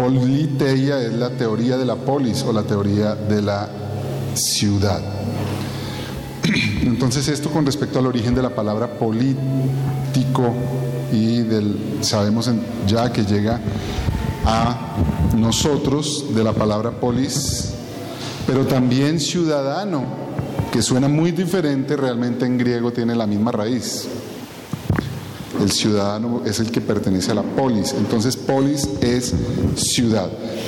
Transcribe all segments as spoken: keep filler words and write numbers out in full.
politeia es la teoría de la polis o la teoría de la ciudad. Entonces, esto con respecto al origen de la palabra político y del, sabemos ya que llega a nosotros de la palabra polis, pero también ciudadano, que suena muy diferente, realmente en griego tiene la misma raíz. El ciudadano es el que pertenece a la polis, entonces polis es ciudad.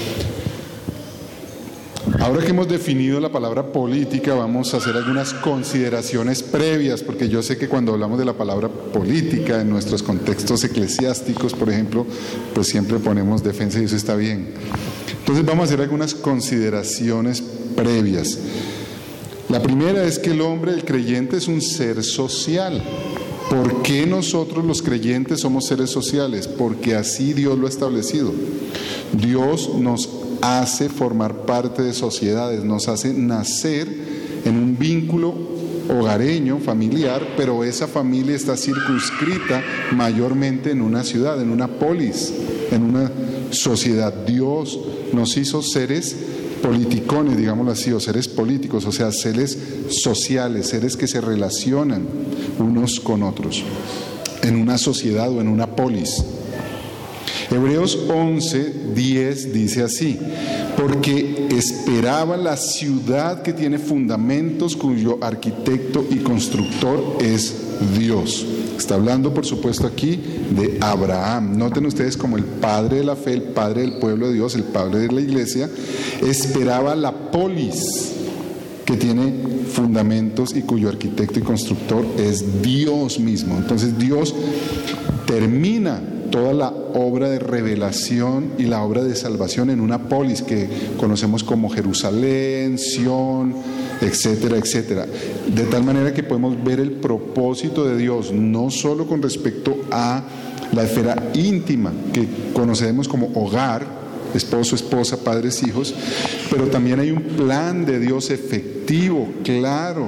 Ahora que hemos definido la palabra política, vamos a hacer algunas consideraciones previas, porque yo sé que cuando hablamos de la palabra política en nuestros contextos eclesiásticos, por ejemplo, pues siempre ponemos defensa y eso está bien. Entonces vamos a hacer algunas consideraciones previas. La primera es que el hombre, el creyente, es un ser social. ¿Por qué nosotros los creyentes somos seres sociales? Porque así Dios lo ha establecido. Dios nos hace formar parte de sociedades, nos hace nacer en un vínculo hogareño, familiar, pero esa familia está circunscrita mayormente en una ciudad, en una polis, en una sociedad. Dios nos hizo seres politicones, digámoslo así, o seres políticos, o sea, seres sociales, seres que se relacionan unos con otros, en una sociedad o en una polis. Hebreos once, diez dice así: porque esperaba la ciudad que tiene fundamentos, cuyo arquitecto y constructor es Dios. Está hablando, por supuesto, aquí de Abraham. Noten ustedes como el padre de la fe, el padre del pueblo de Dios, el padre de la iglesia, esperaba la polis que tiene fundamentos y cuyo arquitecto y constructor es Dios mismo. Entonces Dios termina toda la obra de revelación y la obra de salvación en una polis que conocemos como Jerusalén, Sión, etcétera, etcétera. De tal manera que podemos ver el propósito de Dios, no solo con respecto a la esfera íntima que conocemos como hogar, esposo, esposa, padres, hijos, pero también hay un plan de Dios efectivo, claro,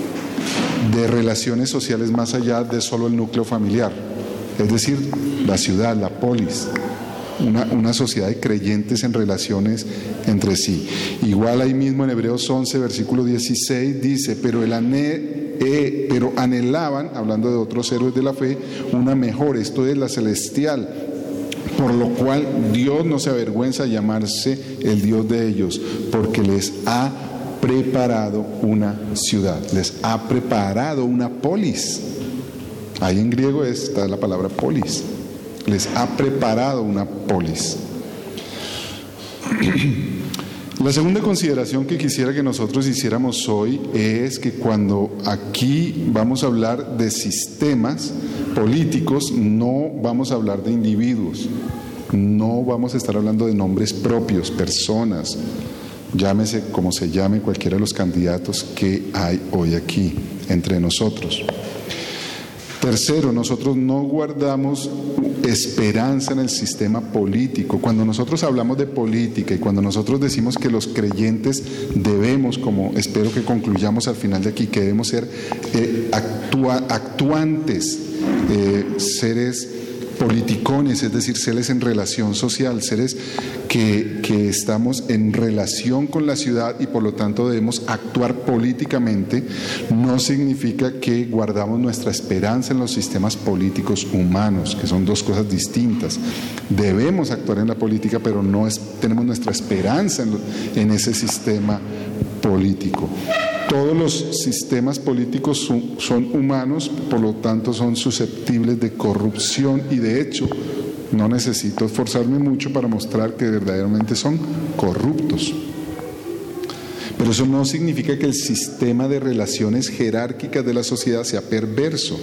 de relaciones sociales más allá de solo el núcleo familiar. Es decir, la ciudad, la polis, una, una sociedad de creyentes en relaciones entre sí. Igual ahí mismo en Hebreos once, versículo dieciséis, dice, pero, el ane, eh, pero anhelaban, hablando de otros héroes de la fe, una mejor, esto es la celestial, por lo cual Dios no se avergüenza de llamarse el Dios de ellos, porque les ha preparado una ciudad, les ha preparado una polis. Ahí en griego está la palabra polis. Les ha preparado una polis. La segunda consideración que quisiera que nosotros hiciéramos hoy es que cuando aquí vamos a hablar de sistemas políticos, no vamos a hablar de individuos, no vamos a estar hablando de nombres propios, personas, llámese como se llame cualquiera de los candidatos que hay hoy aquí entre nosotros. Tercero, nosotros no guardamos esperanza en el sistema político. Cuando nosotros hablamos de política y cuando nosotros decimos que los creyentes debemos, como espero que concluyamos al final de aquí, que debemos ser eh, actua, actuantes, eh, seres politicones, es decir, seres en relación social, seres que, que estamos en relación con la ciudad y por lo tanto debemos actuar políticamente, no significa que guardamos nuestra esperanza en los sistemas políticos humanos, que son dos cosas distintas. Debemos actuar en la política, pero no es, tenemos nuestra esperanza en, en ese sistema político. Todos los sistemas políticos son, son humanos, por lo tanto son susceptibles de corrupción y de hecho no necesito esforzarme mucho para mostrar que verdaderamente son corruptos. Pero eso no significa que el sistema de relaciones jerárquicas de la sociedad sea perverso.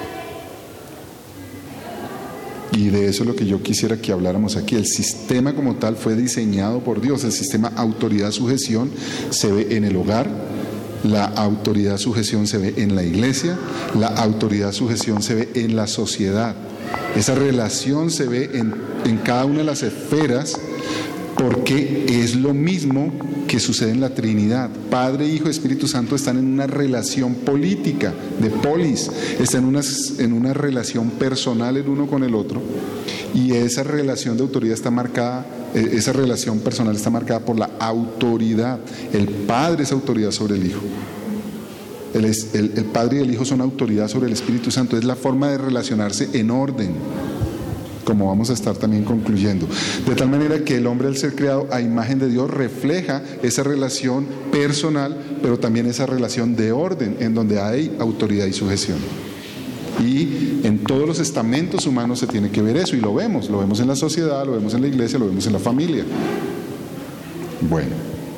Y de eso es lo que yo quisiera que habláramos aquí. El sistema como tal fue diseñado por Dios. El sistema autoridad-sujeción se ve en el hogar, la autoridad-sujeción se ve en la iglesia, la autoridad-sujeción se ve en la sociedad. Esa relación se ve en, en cada una de las esferas porque es lo mismo que sucede en la Trinidad. Padre, Hijo y Espíritu Santo están en una relación política, de polis, están en una, en una relación personal el uno con el otro y esa relación de autoridad está marcada esa relación personal está marcada por la autoridad. El Padre es autoridad sobre el Hijo. El, el, el Padre y el Hijo son autoridad sobre el Espíritu Santo. Es la forma de relacionarse en orden, como vamos a estar también concluyendo. De tal manera que el hombre, al ser creado a imagen de Dios, refleja esa relación personal, pero también esa relación de orden, en donde hay autoridad y sujeción. Y en todos los estamentos humanos se tiene que ver eso, y lo vemos, lo vemos en la sociedad, lo vemos en la iglesia, lo vemos en la familia. Bueno.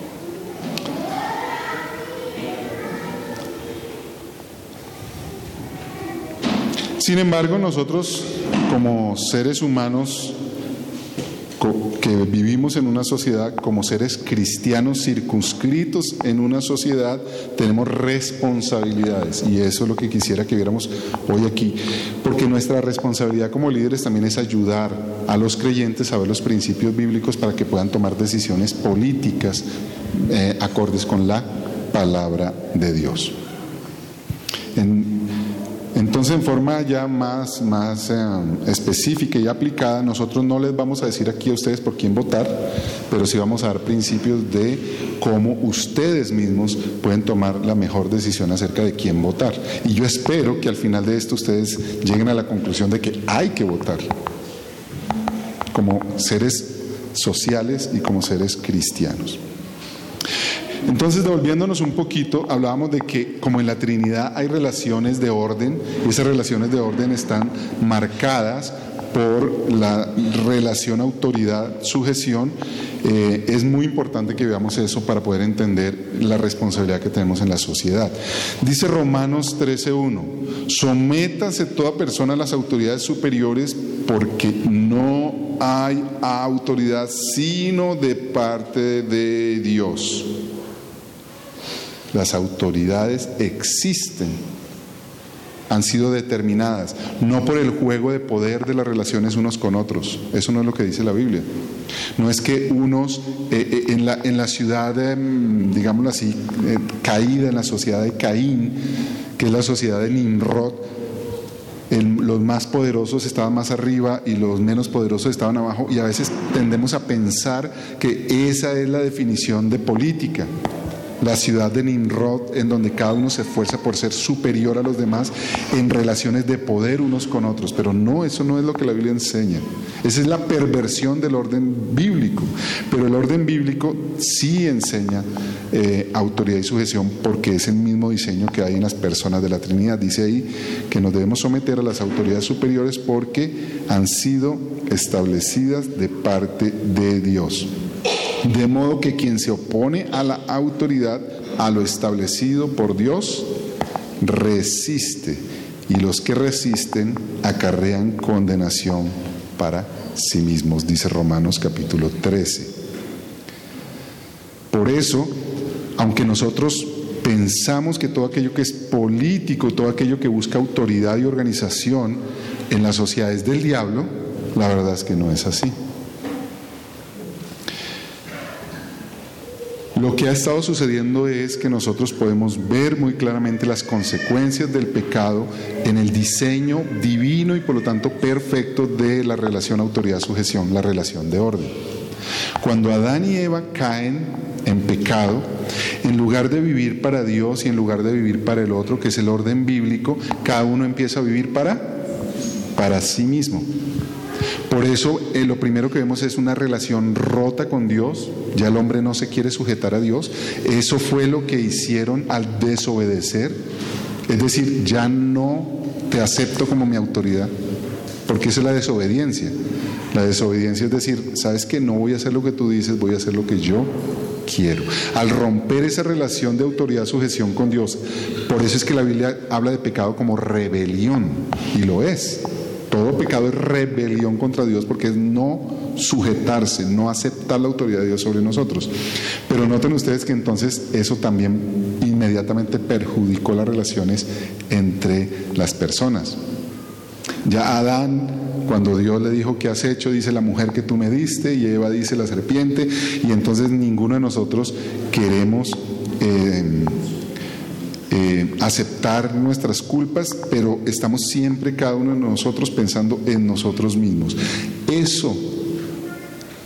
Sin embargo, nosotros como seres humanos que vivimos en una sociedad, como seres cristianos circunscritos en una sociedad, tenemos responsabilidades, y eso es lo que quisiera que viéramos hoy aquí, porque nuestra responsabilidad como líderes también es ayudar a los creyentes a ver los principios bíblicos para que puedan tomar decisiones políticas eh, acordes con la palabra de Dios. En, Entonces, en forma ya más, más eh, específica y aplicada, nosotros no les vamos a decir aquí a ustedes por quién votar, pero sí vamos a dar principios de cómo ustedes mismos pueden tomar la mejor decisión acerca de quién votar. Y yo espero que al final de esto ustedes lleguen a la conclusión de que hay que votar, como seres sociales y como seres cristianos. Entonces, devolviéndonos un poquito, hablábamos de que como en la Trinidad hay relaciones de orden, y esas relaciones de orden están marcadas por la relación autoridad-sujeción. Eh, es muy importante que veamos eso para poder entender la responsabilidad que tenemos en la sociedad. Dice Romanos trece uno: sométase toda persona a las autoridades superiores, porque no hay autoridad sino de parte de Dios. Las autoridades existen, han sido determinadas, no por el juego de poder de las relaciones unos con otros. Eso no es lo que dice la Biblia. No es que unos eh, en, la, en la ciudad, eh, digámoslo así, eh, caída, en la sociedad de Caín, que es la sociedad de Nimrod, el, los más poderosos estaban más arriba y los menos poderosos estaban abajo, y a veces tendemos a pensar que esa es la definición de política. La ciudad de Nimrod, en donde cada uno se esfuerza por ser superior a los demás en relaciones de poder unos con otros. Pero no, eso no es lo que la Biblia enseña. Esa es la perversión del orden bíblico. Pero el orden bíblico sí enseña eh, autoridad y sujeción, porque es el mismo diseño que hay en las personas de la Trinidad. Dice ahí que nos debemos someter a las autoridades superiores porque han sido establecidas de parte de Dios. De modo que quien se opone a la autoridad, a lo establecido por Dios, resiste, y los que resisten acarrean condenación para sí mismos, dice Romanos capítulo trece. Por eso, aunque nosotros pensamos que todo aquello que es político, todo aquello que busca autoridad y organización en la sociedad es del diablo, la verdad es que no es así. Lo que ha estado sucediendo es que nosotros podemos ver muy claramente las consecuencias del pecado en el diseño divino y por lo tanto perfecto de la relación autoridad-sujeción, la relación de orden. Cuando Adán y Eva caen en pecado, en lugar de vivir para Dios y en lugar de vivir para el otro, que es el orden bíblico, cada uno empieza a vivir para, para sí mismo. Por eso eh, lo primero que vemos es una relación rota con Dios. Ya el hombre no se quiere sujetar a Dios. Eso fue lo que hicieron al desobedecer. Es decir, ya no te acepto como mi autoridad, porque esa es la desobediencia. La desobediencia es decir, sabes que no voy a hacer lo que tú dices, voy a hacer lo que yo quiero. Al romper esa relación de autoridad-sujeción con Dios, por eso es que la Biblia habla de pecado como rebelión, y lo es. Todo pecado es rebelión contra Dios, porque es no sujetarse, no aceptar la autoridad de Dios sobre nosotros. Pero noten ustedes que entonces eso también inmediatamente perjudicó las relaciones entre las personas. Ya Adán, cuando Dios le dijo, ¿qué has hecho? Dice, la mujer que tú me diste, y Eva dice, la serpiente, y entonces ninguno de nosotros queremos eh, Eh, aceptar nuestras culpas, pero estamos siempre cada uno de nosotros pensando en nosotros mismos. Eso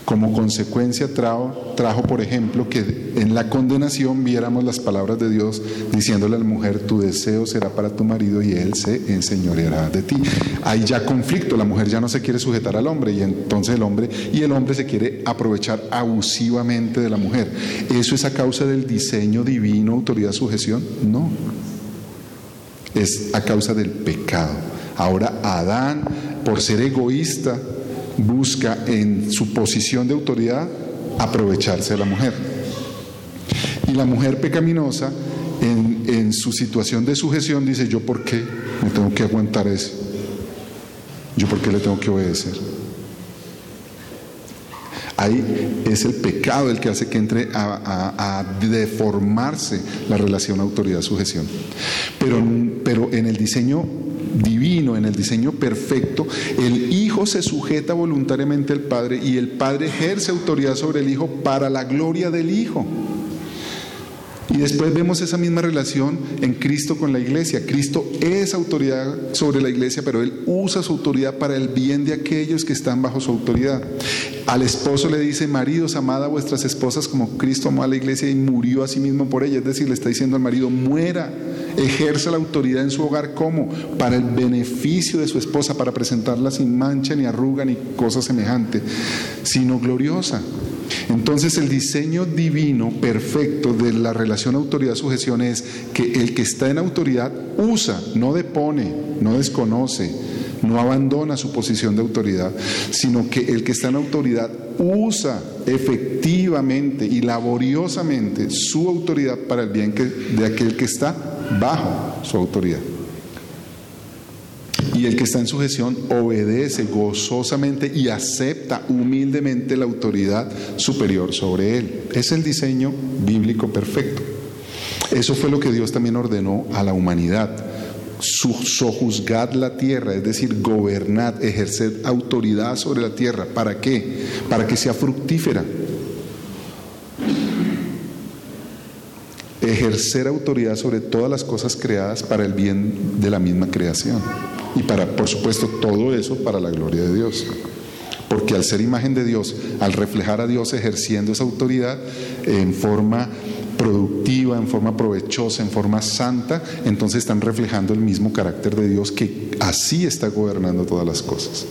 Como consecuencia trajo, trajo, por ejemplo, que en la condenación viéramos las palabras de Dios diciéndole a la mujer: tu deseo será para tu marido y él se enseñoreará de ti. Hay ya conflicto, la mujer ya no se quiere sujetar al hombre y entonces el hombre, y el hombre se quiere aprovechar abusivamente de la mujer. ¿Eso es a causa del diseño divino, autoridad, sujeción? No. Es a causa del pecado. Ahora Adán, por ser egoísta, busca en su posición de autoridad aprovecharse de la mujer. Y la mujer pecaminosa, en, en su situación de sujeción, dice: ¿yo por qué me tengo que aguantar eso? ¿Yo por qué le tengo que obedecer? Ahí es el pecado el que hace que entre a, a, a deformarse la relación autoridad-sujeción. Pero, pero en el diseño divino, en el diseño perfecto, el Hijo se sujeta voluntariamente al Padre y el Padre ejerce autoridad sobre el Hijo para la gloria del Hijo. Y después vemos esa misma relación en Cristo con la iglesia. Cristo es autoridad sobre la iglesia, pero Él usa su autoridad para el bien de aquellos que están bajo su autoridad. Al esposo le dice: maridos, amad a vuestras esposas como Cristo amó a la iglesia y murió a sí mismo por ella. Es decir, le está diciendo al marido: muera, ejerza la autoridad en su hogar. ¿Cómo? Para el beneficio de su esposa, para presentarla sin mancha, ni arruga, ni cosa semejante, sino gloriosa. Entonces el diseño divino perfecto de la relación autoridad-sujeción es que el que está en autoridad usa, no depone, no desconoce, no abandona su posición de autoridad, sino que el que está en autoridad usa efectivamente y laboriosamente su autoridad para el bien que, de aquel que está bajo su autoridad. Y el que está en sujeción obedece gozosamente y acepta humildemente la autoridad superior sobre él. Es el diseño bíblico perfecto. Eso fue lo que Dios también ordenó a la humanidad: sojuzgad la tierra, es decir, gobernad, ejerced autoridad sobre la tierra. ¿Para qué? Para que sea fructífera. Ejercer autoridad sobre todas las cosas creadas para el bien de la misma creación. Y para, por supuesto, todo eso para la gloria de Dios. Porque al ser imagen de Dios, al reflejar a Dios ejerciendo esa autoridad en forma productiva, en forma provechosa, en forma santa, entonces están reflejando el mismo carácter de Dios, que así está gobernando todas las cosas.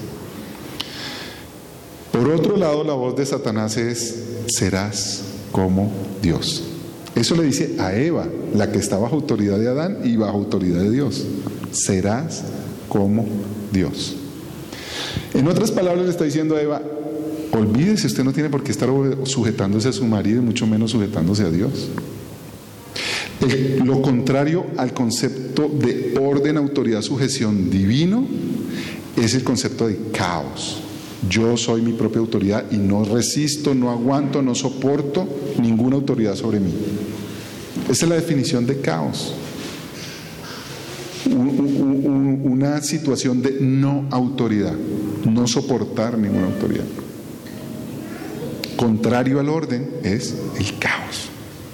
Por otro lado, la voz de Satanás es: serás como Dios. Eso le dice a Eva, la que está bajo autoridad de Adán y bajo autoridad de Dios. Serás como Dios. En otras palabras, le está diciendo a Eva: olvídese, usted no tiene por qué estar sujetándose a su marido y mucho menos sujetándose a Dios. El, lo contrario al concepto de orden, autoridad, sujeción divino es el concepto de caos. Yo soy mi propia autoridad y no resisto, no aguanto, no soporto ninguna autoridad sobre mí. Esa es la definición de caos. Una situación de no autoridad, no soportar ninguna autoridad. Contrario al orden es el caos.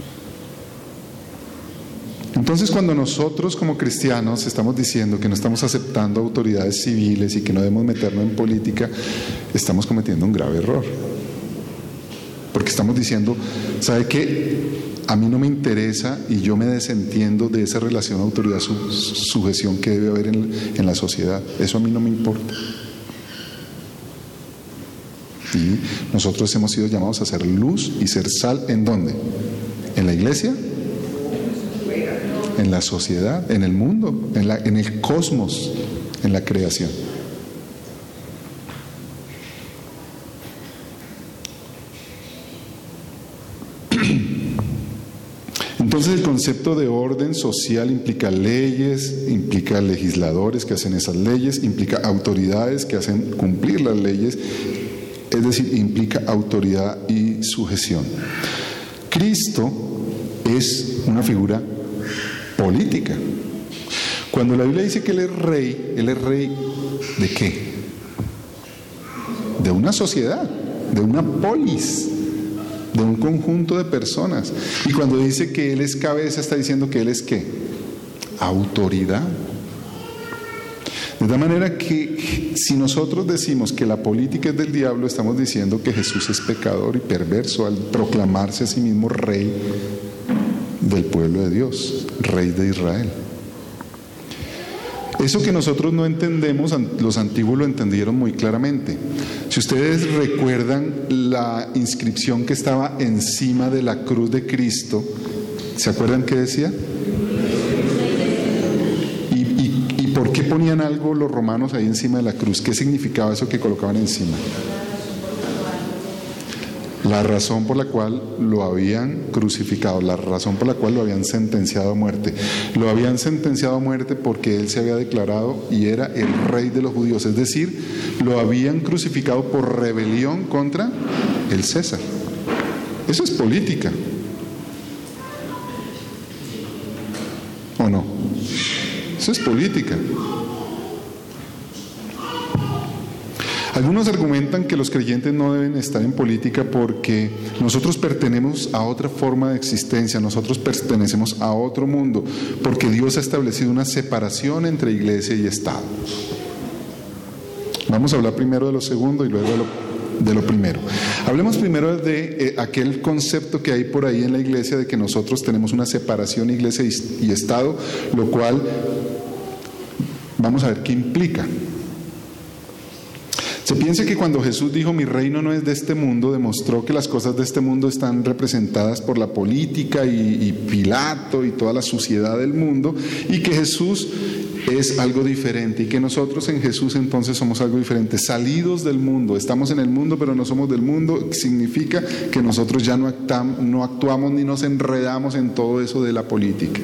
Entonces, cuando nosotros como cristianos estamos diciendo que no estamos aceptando autoridades civiles y que no debemos meternos en política, estamos cometiendo un grave error. Porque estamos diciendo: ¿sabe qué? A mí no me interesa y yo me desentiendo de esa relación autoridad-sujeción que debe haber en, en la sociedad. Eso a mí no me importa. Y nosotros hemos sido llamados a ser luz y ser sal. ¿En dónde? ¿En la iglesia? En la sociedad, en el mundo, en, la, en el cosmos, en la creación. Entonces el concepto de orden social implica leyes, implica legisladores que hacen esas leyes, implica autoridades que hacen cumplir las leyes, es decir, implica autoridad y sujeción. Cristo es una figura política. Cuando la Biblia dice que Él es rey, ¿Él es rey de qué? De una sociedad, de una polis, de un conjunto de personas. Y cuando dice que Él es cabeza, está diciendo que Él es ¿qué? Autoridad. De tal manera que si nosotros decimos que la política es del diablo, estamos diciendo que Jesús es pecador y perverso al proclamarse a sí mismo rey del pueblo de Dios, rey de Israel. Eso que nosotros no entendemos, los antiguos lo entendieron muy claramente. Si ustedes recuerdan la inscripción que estaba encima de la cruz de Cristo, ¿se acuerdan qué decía? ¿Y, y, y por qué ponían algo los romanos ahí encima de la cruz? ¿Qué significaba eso que colocaban encima? La razón por la cual lo habían crucificado, la razón por la cual lo habían sentenciado a muerte. Lo habían sentenciado a muerte porque él se había declarado y era el rey de los judíos. Es decir, lo habían crucificado por rebelión contra el César. Eso es política. ¿O no? Eso es política. Algunos argumentan que los creyentes no deben estar en política porque nosotros pertenecemos a otra forma de existencia, nosotros pertenecemos a otro mundo, porque Dios ha establecido una separación entre iglesia y Estado. Vamos a hablar primero de lo segundo y luego de lo, de lo primero. Hablemos primero de eh, aquel concepto que hay por ahí en la iglesia de que nosotros tenemos una separación iglesia y, y Estado, lo cual vamos a ver qué implica. Se piensa que cuando Jesús dijo mi reino no es de este mundo, demostró que las cosas de este mundo están representadas por la política y, y Pilato y toda la suciedad del mundo, y que Jesús es algo diferente y que nosotros en Jesús entonces somos algo diferente, salidos del mundo. Estamos en el mundo pero no somos del mundo, significa que nosotros ya no actuamos, no actuamos ni nos enredamos en todo eso de la política.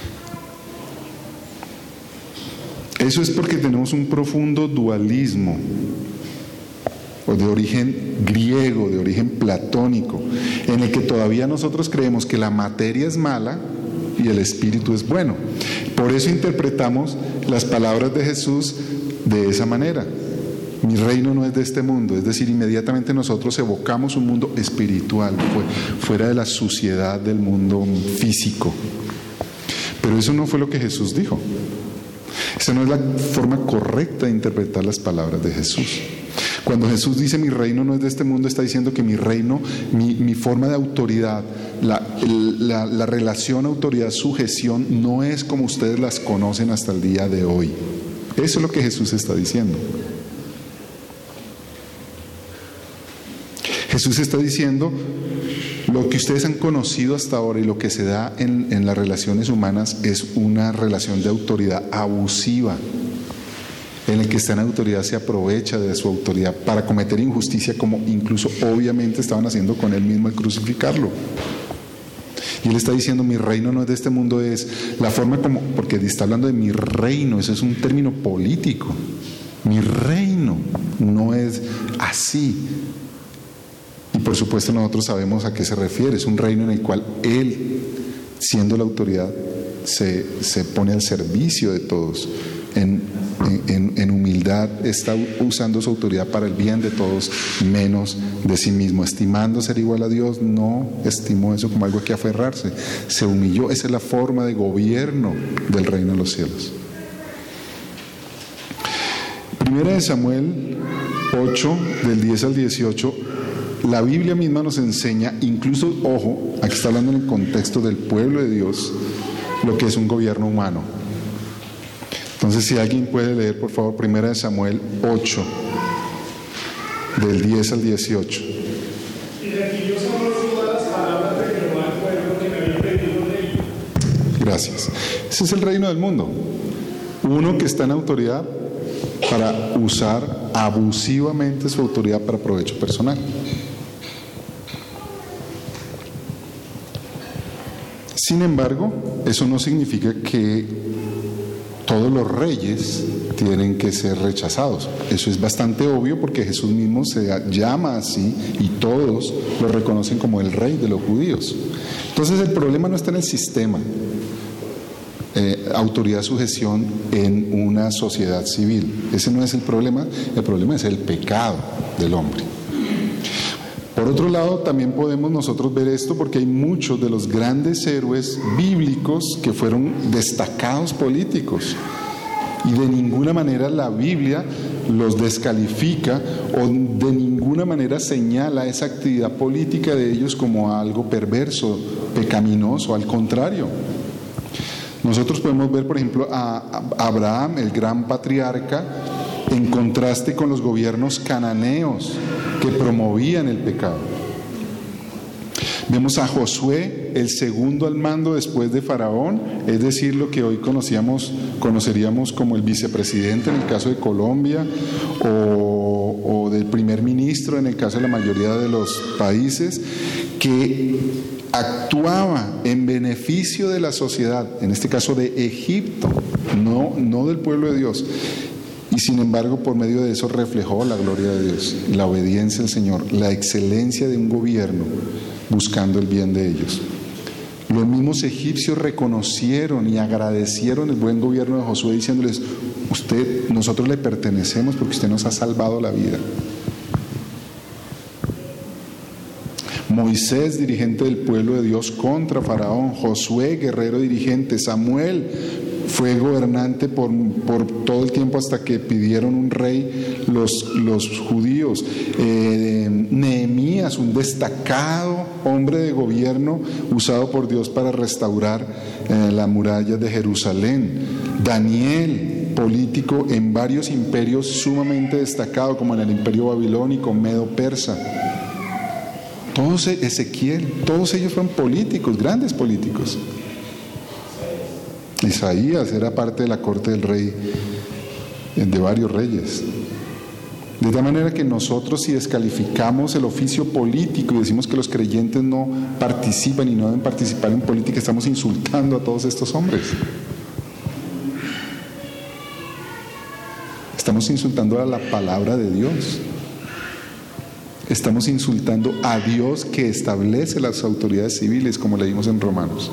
Eso es porque tenemos un profundo dualismo, o de origen griego, de origen platónico, en el que todavía nosotros creemos que la materia es mala y el espíritu es bueno. Por eso interpretamos las palabras de Jesús de esa manera. Mi reino no es de este mundo, es decir, inmediatamente nosotros evocamos un mundo espiritual, fuera de la suciedad del mundo físico. Pero eso no fue lo que Jesús dijo. Esa no es la forma correcta de interpretar las palabras de Jesús. Cuando Jesús dice mi reino no es de este mundo, está diciendo que mi reino, mi, mi forma de autoridad, la, la, la relación autoridad-sujeción no es como ustedes las conocen hasta el día de hoy. Eso es lo que Jesús está diciendo. Jesús está diciendo lo que ustedes han conocido hasta ahora y lo que se da en, en las relaciones humanas es una relación de autoridad abusiva, en el que está en autoridad se aprovecha de su autoridad para cometer injusticia, como incluso obviamente estaban haciendo con él mismo al crucificarlo. Y él está diciendo mi reino no es de este mundo, es la forma como, porque está hablando de mi reino, eso es un término político. Mi reino no es así. Y por supuesto nosotros sabemos a qué se refiere, es un reino en el cual él, siendo la autoridad, se, se pone al servicio de todos. En, en, en humildad está usando su autoridad para el bien de todos, menos de sí mismo. Estimando ser igual a Dios, no estimó eso como algo a que aferrarse. Se humilló, esa es la forma de gobierno del reino de los cielos. Primera de Samuel ocho, del diez al dieciocho, la Biblia misma nos enseña, incluso, ojo, aquí está hablando en el contexto del pueblo de Dios, lo que es un gobierno humano. Entonces, si alguien puede leer, por favor, Primera de Samuel ocho, del diez al dieciocho. Y requirió Samuel todas las palabras de Jehová al pueblo que me había pedido de él. Gracias. Ese es el reino del mundo. Uno que está en autoridad para usar abusivamente su autoridad para provecho personal. Sin embargo, eso no significa que todos los reyes tienen que ser rechazados. Eso es bastante obvio porque Jesús mismo se llama así y todos lo reconocen como el rey de los judíos. Entonces el problema no está en el sistema, eh, autoridad, sujeción en una sociedad civil. Ese no es el problema, el problema es el pecado del hombre. Por otro lado, también podemos nosotros ver esto porque hay muchos de los grandes héroes bíblicos que fueron destacados políticos Y de ninguna manera la Biblia los descalifica o de ninguna manera señala esa actividad política de ellos como algo perverso, pecaminoso, al contrario. Nosotros podemos ver, por ejemplo, a Abraham, el gran patriarca, en contraste con los gobiernos cananeos que promovían el pecado. Vemos a Josué, el segundo al mando después de Faraón, es decir, lo que hoy conocíamos, conoceríamos como el vicepresidente en el caso de Colombia, o, o del primer ministro en el caso de la mayoría de los países, que actuaba en beneficio de la sociedad, en este caso de Egipto, no, no del pueblo de Dios. Y sin embargo, por medio de eso reflejó la gloria de Dios, la obediencia al Señor, la excelencia de un gobierno buscando el bien de ellos. Los mismos egipcios reconocieron y agradecieron el buen gobierno de Josué, diciéndoles: usted, nosotros le pertenecemos porque usted nos ha salvado la vida. Moisés, dirigente del pueblo de Dios contra Faraón; Josué, guerrero dirigente; Samuel fue gobernante por, por todo el tiempo hasta que pidieron un rey los, los judíos. Eh, Nehemías, un destacado hombre de gobierno usado por Dios para restaurar eh, las murallas de Jerusalén. Daniel, político en varios imperios sumamente destacado, como en el imperio babilónico, medo-persa. Todos, Ezequiel, todos ellos fueron políticos, grandes políticos. Isaías era parte de la corte del rey, de varios reyes. De tal manera que nosotros, si descalificamos el oficio político y decimos que los creyentes no participan y no deben participar en política, estamos insultando a todos estos hombres. Estamos insultando a la palabra de Dios. Estamos insultando a Dios, que establece las autoridades civiles, como leímos en Romanos.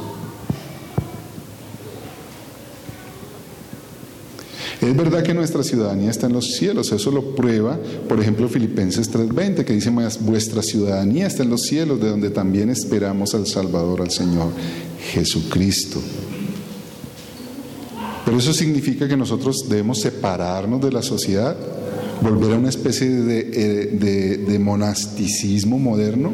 Es verdad que nuestra ciudadanía está en los cielos, eso lo prueba, por ejemplo, Filipenses tres veinte, que dice: más vuestra ciudadanía está en los cielos, de donde también esperamos al Salvador, al Señor Jesucristo. Pero eso significa que nosotros debemos separarnos de la sociedad, volver a una especie de, de, de monasticismo moderno.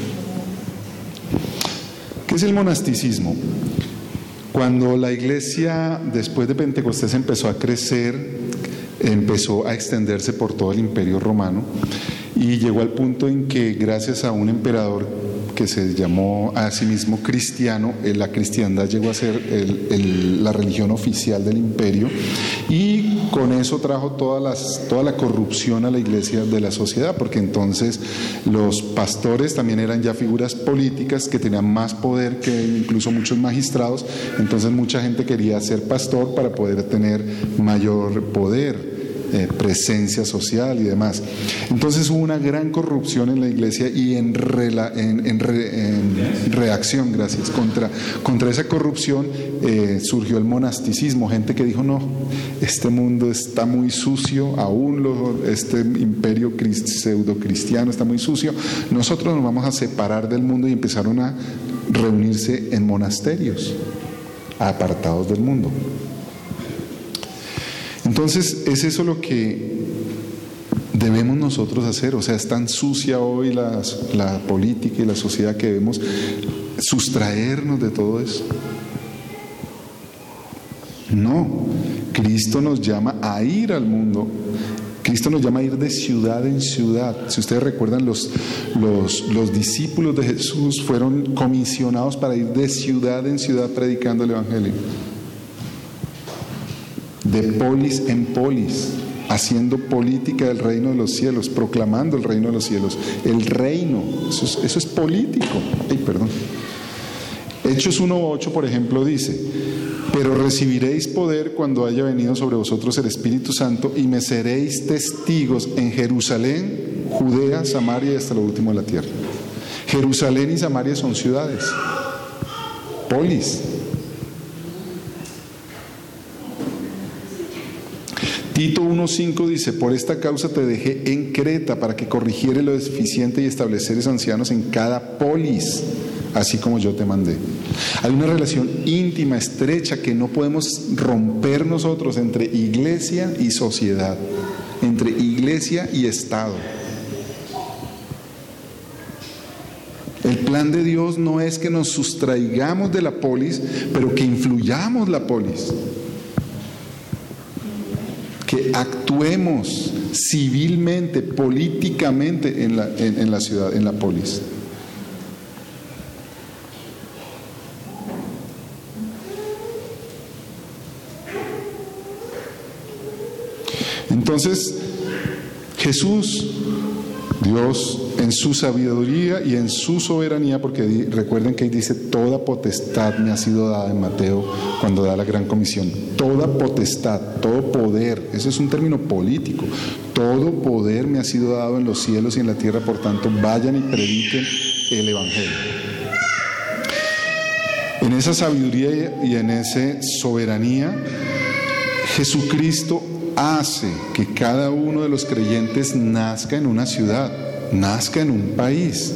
¿Qué es el monasticismo? Cuando la iglesia después de Pentecostés empezó a crecer, empezó a extenderse por todo el imperio romano y llegó al punto en que, gracias a un emperador que se llamó a sí mismo cristiano, la cristiandad llegó a ser el, el, la religión oficial del imperio, y con eso trajo todas las, toda la corrupción a la iglesia de la sociedad, porque entonces los pastores también eran ya figuras políticas que tenían más poder que incluso muchos magistrados. Entonces mucha gente quería ser pastor para poder tener mayor poder, Eh, presencia social y demás. Entonces hubo una gran corrupción en la iglesia, y en, rela, en, en, re, en reacción, gracias, contra, contra esa corrupción eh, surgió el monasticismo. Gente que dijo: no, este mundo está muy sucio, aún lo, este imperio pseudo cristiano está muy sucio, nosotros nos vamos a separar del mundo, y empezaron a reunirse en monasterios, apartados del mundo. Entonces, es eso lo que debemos nosotros hacer. O sea, es tan sucia hoy la, la política y la sociedad que debemos sustraernos de todo eso. No, Cristo nos llama a ir al mundo. Cristo nos llama a ir de ciudad en ciudad. Si ustedes recuerdan, los, los, los discípulos de Jesús fueron comisionados para ir de ciudad en ciudad predicando el Evangelio. De polis en polis, haciendo política del reino de los cielos, proclamando el reino de los cielos. El reino, eso es, eso es político. Ay, perdón. Hechos uno ocho, por ejemplo, dice: pero recibiréis poder cuando haya venido sobre vosotros el Espíritu Santo, y me seréis testigos en Jerusalén, Judea, Samaria y hasta lo último de la tierra. Jerusalén y Samaria son ciudades, polis. Tito uno cinco dice: por esta causa te dejé en Creta, para que corrigieres lo deficiente y establecieres ancianos en cada polis. así como yo te mandé. Hay una relación íntima, estrecha, que no podemos romper nosotros entre iglesia y sociedad, entre iglesia y Estado. El plan de Dios no es que nos sustraigamos de la polis, pero que influyamos la polis. Que actuemos civilmente, políticamente en la, en, en la ciudad, en la polis. Entonces, Jesús, Dios, en su sabiduría y en su soberanía, porque di, recuerden que ahí dice, toda potestad me ha sido dada en Mateo cuando da la gran comisión. Toda potestad, todo poder, eso es un término político. Todo poder me ha sido dado en los cielos y en la tierra, por tanto, vayan y prediquen el Evangelio. En esa sabiduría y en esa soberanía, Jesucristo hace que cada uno de los creyentes nazca en una ciudad, nazca en un país.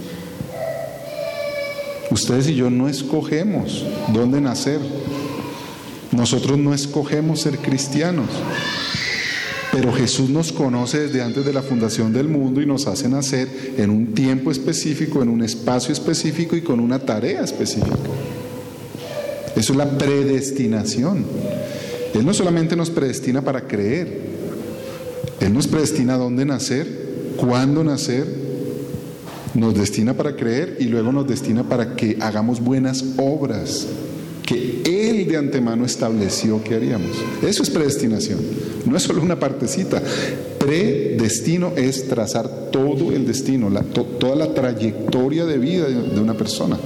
Ustedes y yo no escogemos dónde nacer. Nosotros no escogemos ser cristianos. Pero Jesús nos conoce desde antes de la fundación del mundo y nos hace nacer en un tiempo específico, en un espacio específico y con una tarea específica. Eso es la predestinación. Él no solamente nos predestina para creer, Él nos predestina a dónde nacer, cuándo nacer, nos destina para creer y luego nos destina para que hagamos buenas obras que Él de antemano estableció que haríamos. Eso es predestinación, no es solo una partecita. Predestino es trazar todo el destino, la, to, toda la trayectoria de vida de, de una persona.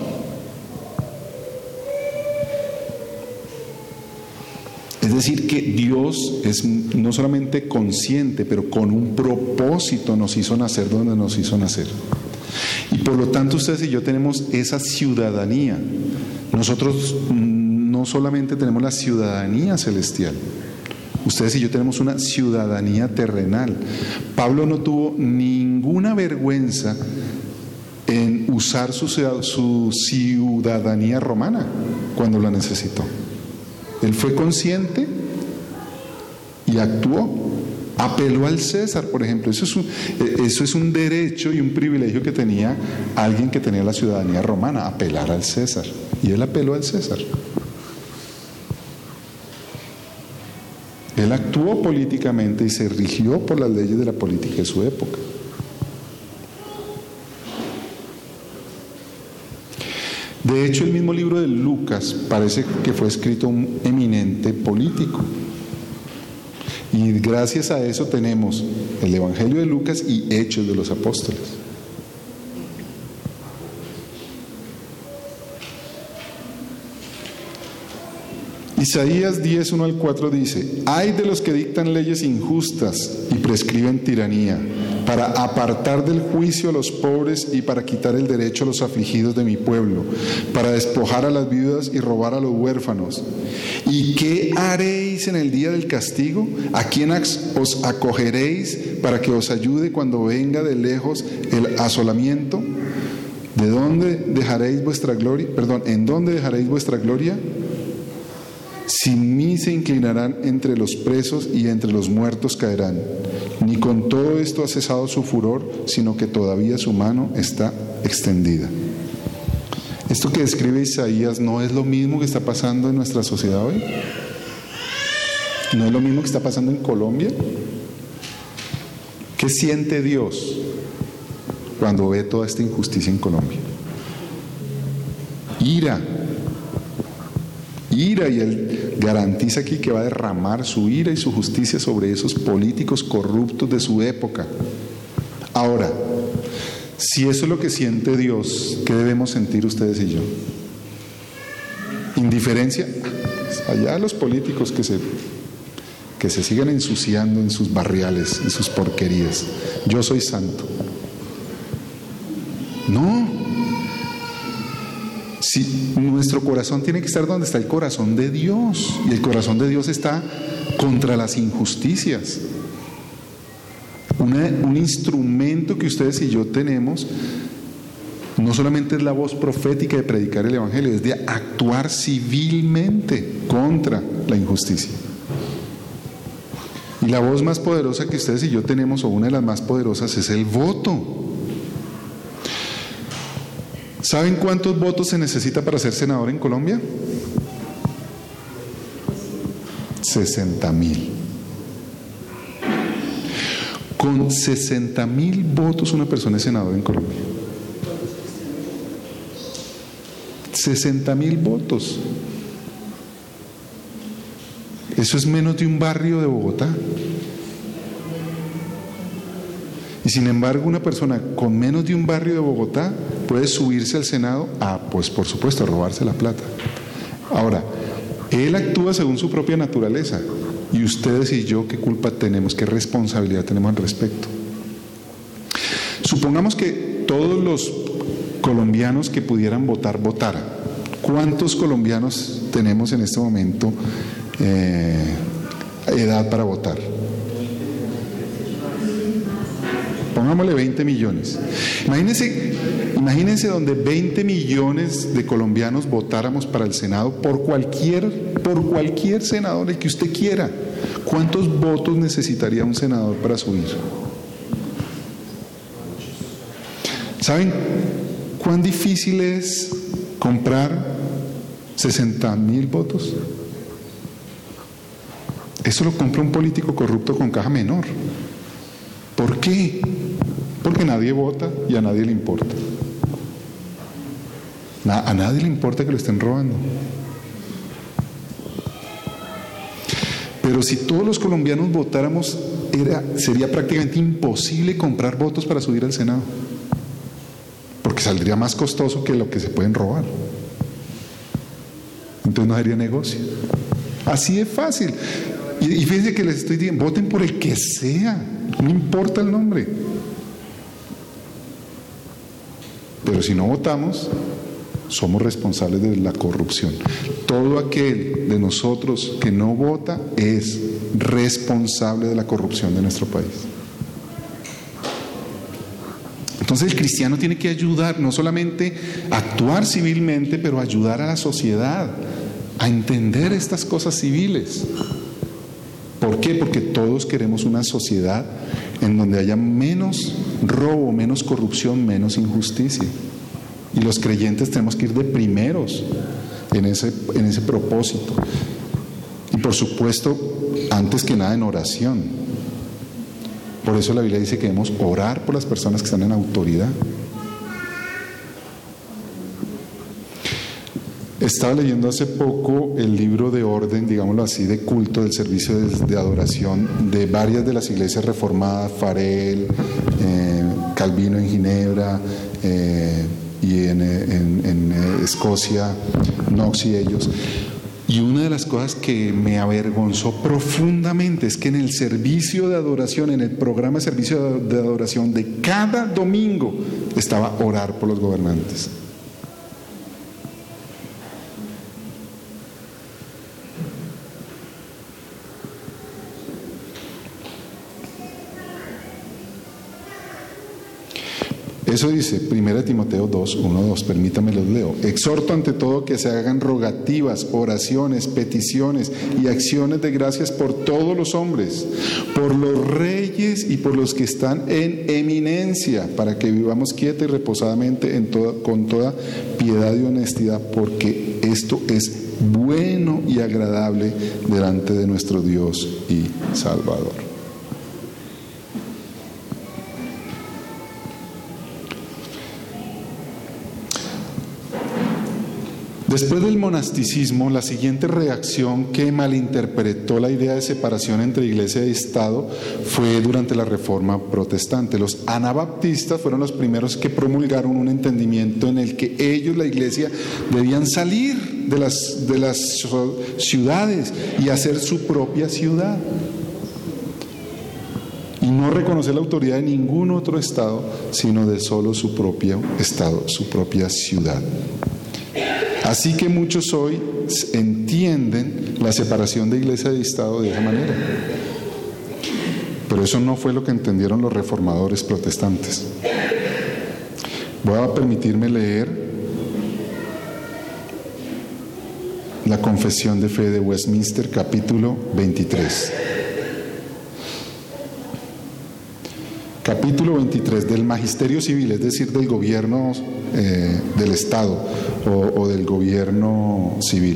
Es decir, que Dios es no solamente consciente, pero con un propósito nos hizo nacer donde nos hizo nacer. Y por lo tanto ustedes y yo tenemos esa ciudadanía. Nosotros no solamente tenemos la ciudadanía celestial, ustedes y yo tenemos una ciudadanía terrenal. Pablo no tuvo ninguna vergüenza en usar su, su ciudadanía romana cuando la necesitó. Él fue consciente y actuó. Apeló al César, por ejemplo. Eso es, un, eso es un derecho y un privilegio que tenía alguien que tenía la ciudadanía romana, apelar al César. Y él apeló al César. Él actuó políticamente y se rigió por las leyes de la política de su época. De hecho, el mismo libro de Lucas parece que fue escrito un eminente político. Y gracias a eso tenemos el Evangelio de Lucas y Hechos de los Apóstoles. Isaías diez, uno al cuatro dice: ay de los que dictan leyes injustas y prescriben tiranía, para apartar del juicio a los pobres y para quitar el derecho a los afligidos de mi pueblo, para despojar a las viudas y robar a los huérfanos. ¿Y qué haréis en el día del castigo? ¿A quién os acogeréis para que os ayude cuando venga de lejos el asolamiento? ¿De dónde dejaréis vuestra gloria? Perdón, ¿en dónde dejaréis vuestra gloria? Sin mí se inclinarán entre los presos y entre los muertos caerán. Ni con todo esto ha cesado su furor, sino que todavía su mano está extendida. Esto que describe Isaías no es lo mismo que está pasando en nuestra sociedad hoy. No es lo mismo que está pasando en Colombia. ¿Qué siente Dios cuando ve toda esta injusticia en Colombia? Ira. Ira, y Él garantiza aquí que va a derramar su ira y su justicia sobre esos políticos corruptos de su época. Ahora, si eso es lo que siente Dios, ¿qué debemos sentir ustedes y yo? ¿Indiferencia? Allá los políticos que se, que se sigan ensuciando en sus barriales, en sus porquerías. Yo soy santo. No. Si nuestro corazón tiene que estar donde está el corazón de Dios, y el corazón de Dios está contra las injusticias. Una, un instrumento que ustedes y yo tenemos No solamente es la voz profética de predicar el Evangelio, es de actuar civilmente contra la injusticia. Y la voz más poderosa que ustedes y yo tenemos, o una de las más poderosas, es el voto. ¿Saben cuántos votos se necesita para ser senador en Colombia? sesenta mil. Con sesenta mil votos una persona es senador en Colombia. sesenta mil votos. Eso es menos de un barrio de Bogotá. Y sin embargo, una persona con menos de un barrio de Bogotá puede subirse al Senado a, pues por supuesto, a robarse la plata. Ahora, él actúa según su propia naturaleza. Y ustedes y yo, ¿qué culpa tenemos? ¿Qué responsabilidad tenemos al respecto? Supongamos que todos los colombianos que pudieran votar, votaran. ¿Cuántos colombianos tenemos en este momento eh, edad para votar? Pongámosle veinte millones. Imagínense, imagínense donde veinte millones de colombianos votáramos para el Senado por cualquier, por cualquier senador, el que usted quiera. ¿Cuántos votos necesitaría un senador para subir? ¿Saben cuán difícil es comprar sesenta mil votos? Eso lo compra un político corrupto con caja menor. ¿Por qué? Porque nadie vota y a nadie le importa. A nadie le importa que lo estén robando. Pero si todos los colombianos votáramos, era, sería prácticamente imposible comprar votos para subir al Senado. Porque saldría más costoso que lo que se pueden robar. Entonces no sería negocio. Así de fácil. Y, y fíjense que les estoy diciendo, voten por el que sea, no importa el nombre. Pero si no votamos, somos responsables de la corrupción. Todo aquel de nosotros que no vota es responsable de la corrupción de nuestro país. Entonces el cristiano tiene que ayudar, no solamente a actuar civilmente, pero ayudar a la sociedad a entender estas cosas civiles. ¿Por qué? Porque todos queremos una sociedad en donde haya menos robo, menos corrupción, menos injusticia. Y los creyentes tenemos que ir de primeros en ese, en ese propósito. Y por supuesto, antes que nada en oración. Por eso la Biblia dice que debemos orar por las personas que están en autoridad. Estaba leyendo hace poco el libro de orden, digámoslo así, de culto, del servicio de, de adoración de varias de las iglesias reformadas, Farel, eh, Calvino en Ginebra, eh, y en, en, en Escocia, Knox y ellos. Y una de las cosas que me avergonzó profundamente es que en el servicio de adoración, en el programa de servicio de adoración de cada domingo, estaba orar por los gobernantes. Eso dice primera Timoteo dos, uno, dos, permítame los leo. Exhorto ante todo que se hagan rogativas, oraciones, peticiones y acciones de gracias por todos los hombres, por los reyes y por los que están en eminencia, para que vivamos quieta y reposadamente en toda, con toda piedad y honestidad, porque esto es bueno y agradable delante de nuestro Dios y Salvador. Después del monasticismo, la siguiente reacción que malinterpretó la idea de separación entre iglesia y Estado fue durante la Reforma Protestante. Los anabaptistas fueron los primeros que promulgaron un entendimiento en el que ellos, la iglesia, debían salir de las, de las ciudades y hacer su propia ciudad. Y no reconocer la autoridad de ningún otro Estado, sino de solo su propio Estado, su propia ciudad. Así que muchos hoy entienden la separación de iglesia y Estado de esa manera. Pero eso no fue lo que entendieron los reformadores protestantes. Voy a permitirme leer la Confesión de Fe de Westminster, capítulo veintitrés. Capítulo veintitrés del Magisterio Civil, es decir, del gobierno eh, del Estado o, o del gobierno civil.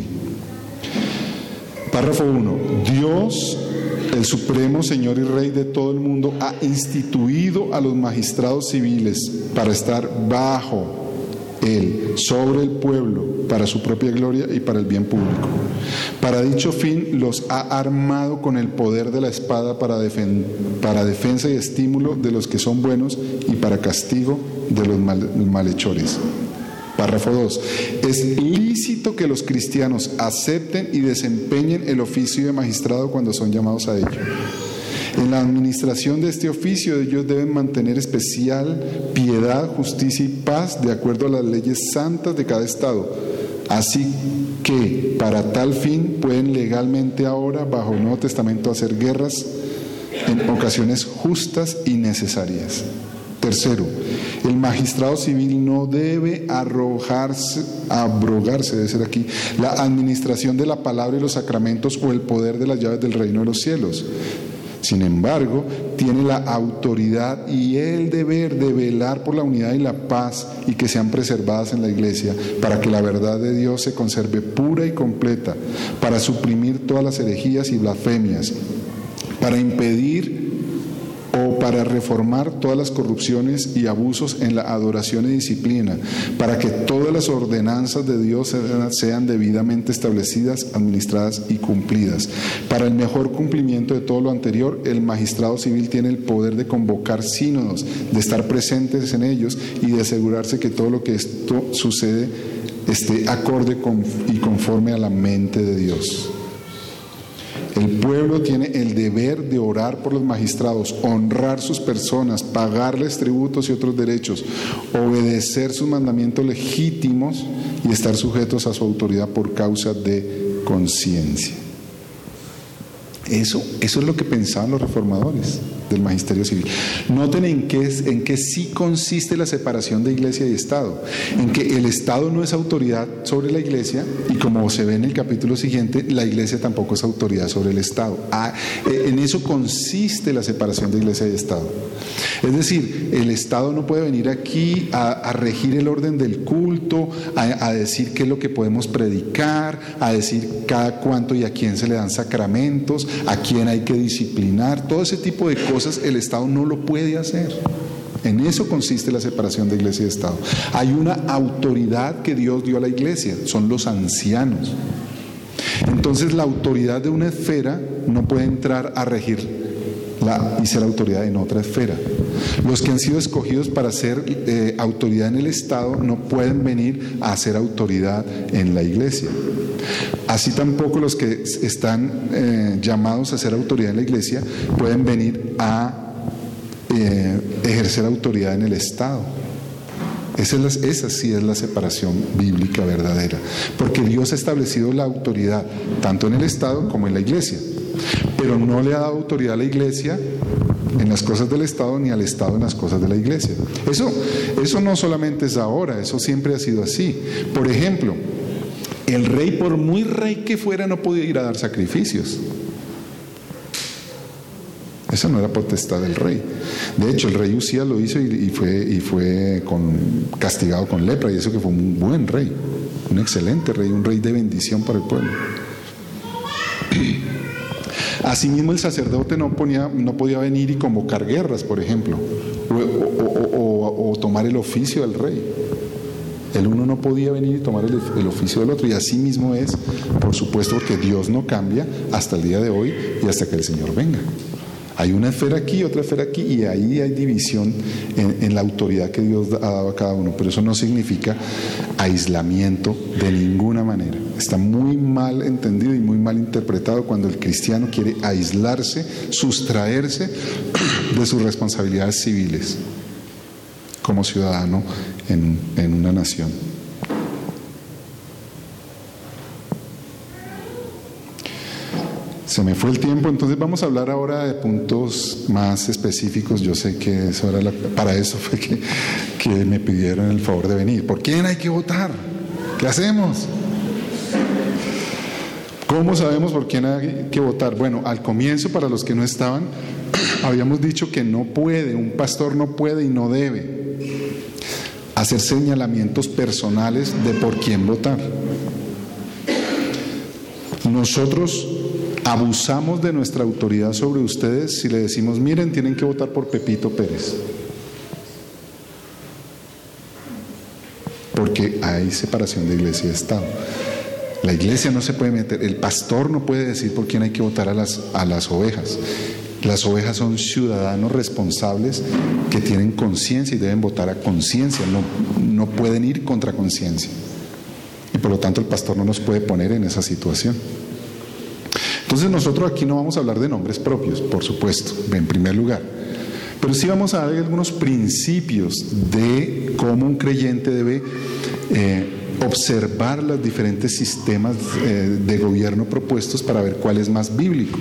Párrafo uno. Dios, el Supremo Señor y Rey de todo el mundo, ha instituido a los magistrados civiles para estar bajo Él, sobre el pueblo, para su propia gloria y para el bien público. Para dicho fin los ha armado con el poder de la espada para, defen- para defensa y estímulo de los que son buenos y para castigo de los mal- malhechores. Párrafo dos. Es lícito que los cristianos acepten y desempeñen el oficio de magistrado cuando son llamados a ello. En la administración de este oficio ellos deben mantener especial piedad, justicia y paz de acuerdo a las leyes santas de cada estado. Así que para tal fin pueden legalmente ahora, bajo el Nuevo Testamento, hacer guerras en ocasiones justas y necesarias. Tercero, el magistrado civil no debe arrojarse, abrogarse, debe ser aquí, la administración de la palabra y los sacramentos o el poder de las llaves del reino de los cielos. Sin embargo, tiene la autoridad y el deber de velar por la unidad y la paz y que sean preservadas en la Iglesia, para que la verdad de Dios se conserve pura y completa, para suprimir todas las herejías y blasfemias, para impedir o para reformar todas las corrupciones y abusos en la adoración y disciplina, para que todas las ordenanzas de Dios sean debidamente establecidas, administradas y cumplidas. Para el mejor cumplimiento de todo lo anterior, el magistrado civil tiene el poder de convocar sínodos, de estar presentes en ellos y de asegurarse que todo lo que esto sucede esté acorde con, y conforme a la mente de Dios. El pueblo tiene el deber de orar por los magistrados, honrar sus personas, pagarles tributos y otros derechos, obedecer sus mandamientos legítimos y estar sujetos a su autoridad por causa de conciencia. Eso, eso es lo que pensaban los reformadores del magisterio civil. Noten en qué, en qué sí consiste la separación de iglesia y Estado, en que el Estado no es autoridad sobre la iglesia y, como se ve en el capítulo siguiente, la iglesia tampoco es autoridad sobre el Estado. Ah, en eso consiste la separación de iglesia y Estado. Es decir, el Estado no puede venir aquí a, a regir el orden del culto, a, a decir qué es lo que podemos predicar, a decir cada cuánto y a quién se le dan sacramentos, a quién hay que disciplinar. Todo ese tipo de cosas el Estado no lo puede hacer. En eso consiste la separación de iglesia y Estado. Hay una autoridad que Dios dio a la iglesia, son los ancianos. Entonces la autoridad de una esfera no puede entrar a regir la, y ser autoridad en otra esfera. Los que han sido escogidos para ser eh, autoridad en el Estado no pueden venir a ser autoridad en la iglesia. Así tampoco los que están eh, llamados a ser autoridad en la iglesia pueden venir a eh, ejercer autoridad en el Estado. Esa, es la, esa sí es la separación bíblica verdadera, porque Dios ha establecido la autoridad tanto en el Estado como en la iglesia, pero no le ha dado autoridad a la iglesia en las cosas del Estado ni al Estado en las cosas de la iglesia. Eso, eso no solamente es ahora, eso siempre ha sido así. Por ejemplo, el rey, por muy rey que fuera, no podía ir a dar sacrificios. Esa no era potestad del rey. De hecho, el rey Usías lo hizo y, y fue, y fue con, castigado con lepra, y eso que fue un buen rey, un excelente rey, un rey de bendición para el pueblo. Asimismo, el sacerdote no, ponía, no podía venir y convocar guerras, por ejemplo, o, o, o, o, o tomar el oficio del rey. El uno no podía venir y tomar el, el oficio del otro, y así mismo es, por supuesto, porque Dios no cambia hasta el día de hoy y hasta que el Señor venga. Hay una esfera aquí, otra esfera aquí, y ahí hay división en, en la autoridad que Dios ha dado a cada uno, pero eso no significa aislamiento de ninguna manera. Está muy mal entendido y muy mal interpretado cuando el cristiano quiere aislarse, sustraerse de sus responsabilidades civiles como ciudadano en, en una nación. Se me fue el tiempo, entonces vamos a hablar ahora de puntos más específicos. Yo sé que eso era la, para eso fue que que me pidieron el favor de venir. ¿Por quién hay que votar? ¿Qué hacemos? ¿Cómo sabemos por quién hay que votar? Bueno, al comienzo, para los que no estaban, habíamos dicho que no puede, un pastor no puede y no debe hacer señalamientos personales de por quién votar. Nosotros abusamos de nuestra autoridad sobre ustedes si le decimos, miren, tienen que votar por Pepito Pérez. Porque hay separación de iglesia y Estado. La iglesia no se puede meter, el pastor no puede decir por quién hay que votar a las, a las ovejas. Las ovejas son ciudadanos responsables que tienen conciencia y deben votar a conciencia, no, no pueden ir contra conciencia. Y por lo tanto el pastor no nos puede poner en esa situación. Entonces nosotros aquí no vamos a hablar de nombres propios, por supuesto, en primer lugar. Pero sí vamos a dar algunos principios de cómo un creyente debe eh, observar los diferentes sistemas eh, de gobierno propuestos para ver cuál es más bíblico.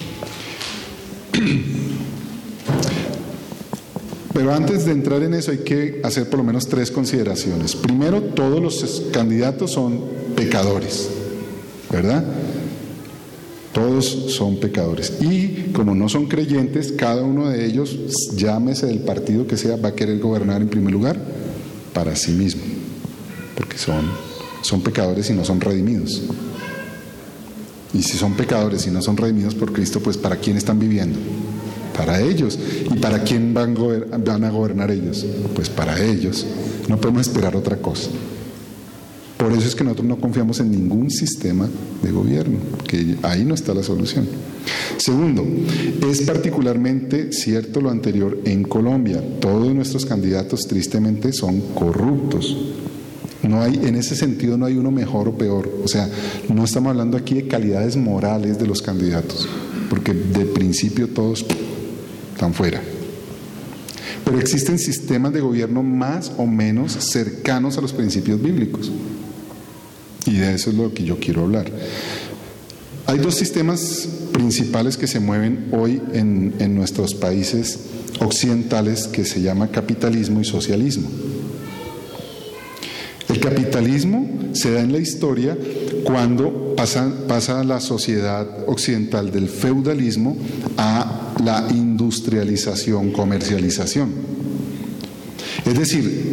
Pero antes de entrar en eso hay que hacer por lo menos tres consideraciones. Primero, todos los candidatos son pecadores, ¿verdad? Todos son pecadores. Y como no son creyentes, cada uno de ellos, llámese del partido que sea, va a querer gobernar en primer lugar para sí mismo. Porque son, son pecadores y no son redimidos. Y si son pecadores y no son redimidos por Cristo, pues ¿para quién están viviendo? Para ellos. ¿Y para quién van, van a gobernar ellos? Pues para ellos. No podemos esperar otra cosa. Por eso es que nosotros no confiamos en ningún sistema de gobierno, que ahí no está la solución. Segundo, es particularmente cierto lo anterior en Colombia. Todos nuestros candidatos tristemente son corruptos. No hay, en ese sentido no hay uno mejor o peor. O sea, no estamos hablando aquí de calidades morales de los candidatos, porque de principio todos están fuera. Pero existen sistemas de gobierno más o menos cercanos a los principios bíblicos. Y de eso es lo que yo quiero hablar. Hay dos sistemas principales que se mueven hoy en, en nuestros países occidentales que se llama capitalismo y socialismo. El capitalismo se da en la historia cuando pasa, pasa la sociedad occidental del feudalismo a la industrialización, comercialización. Es decir,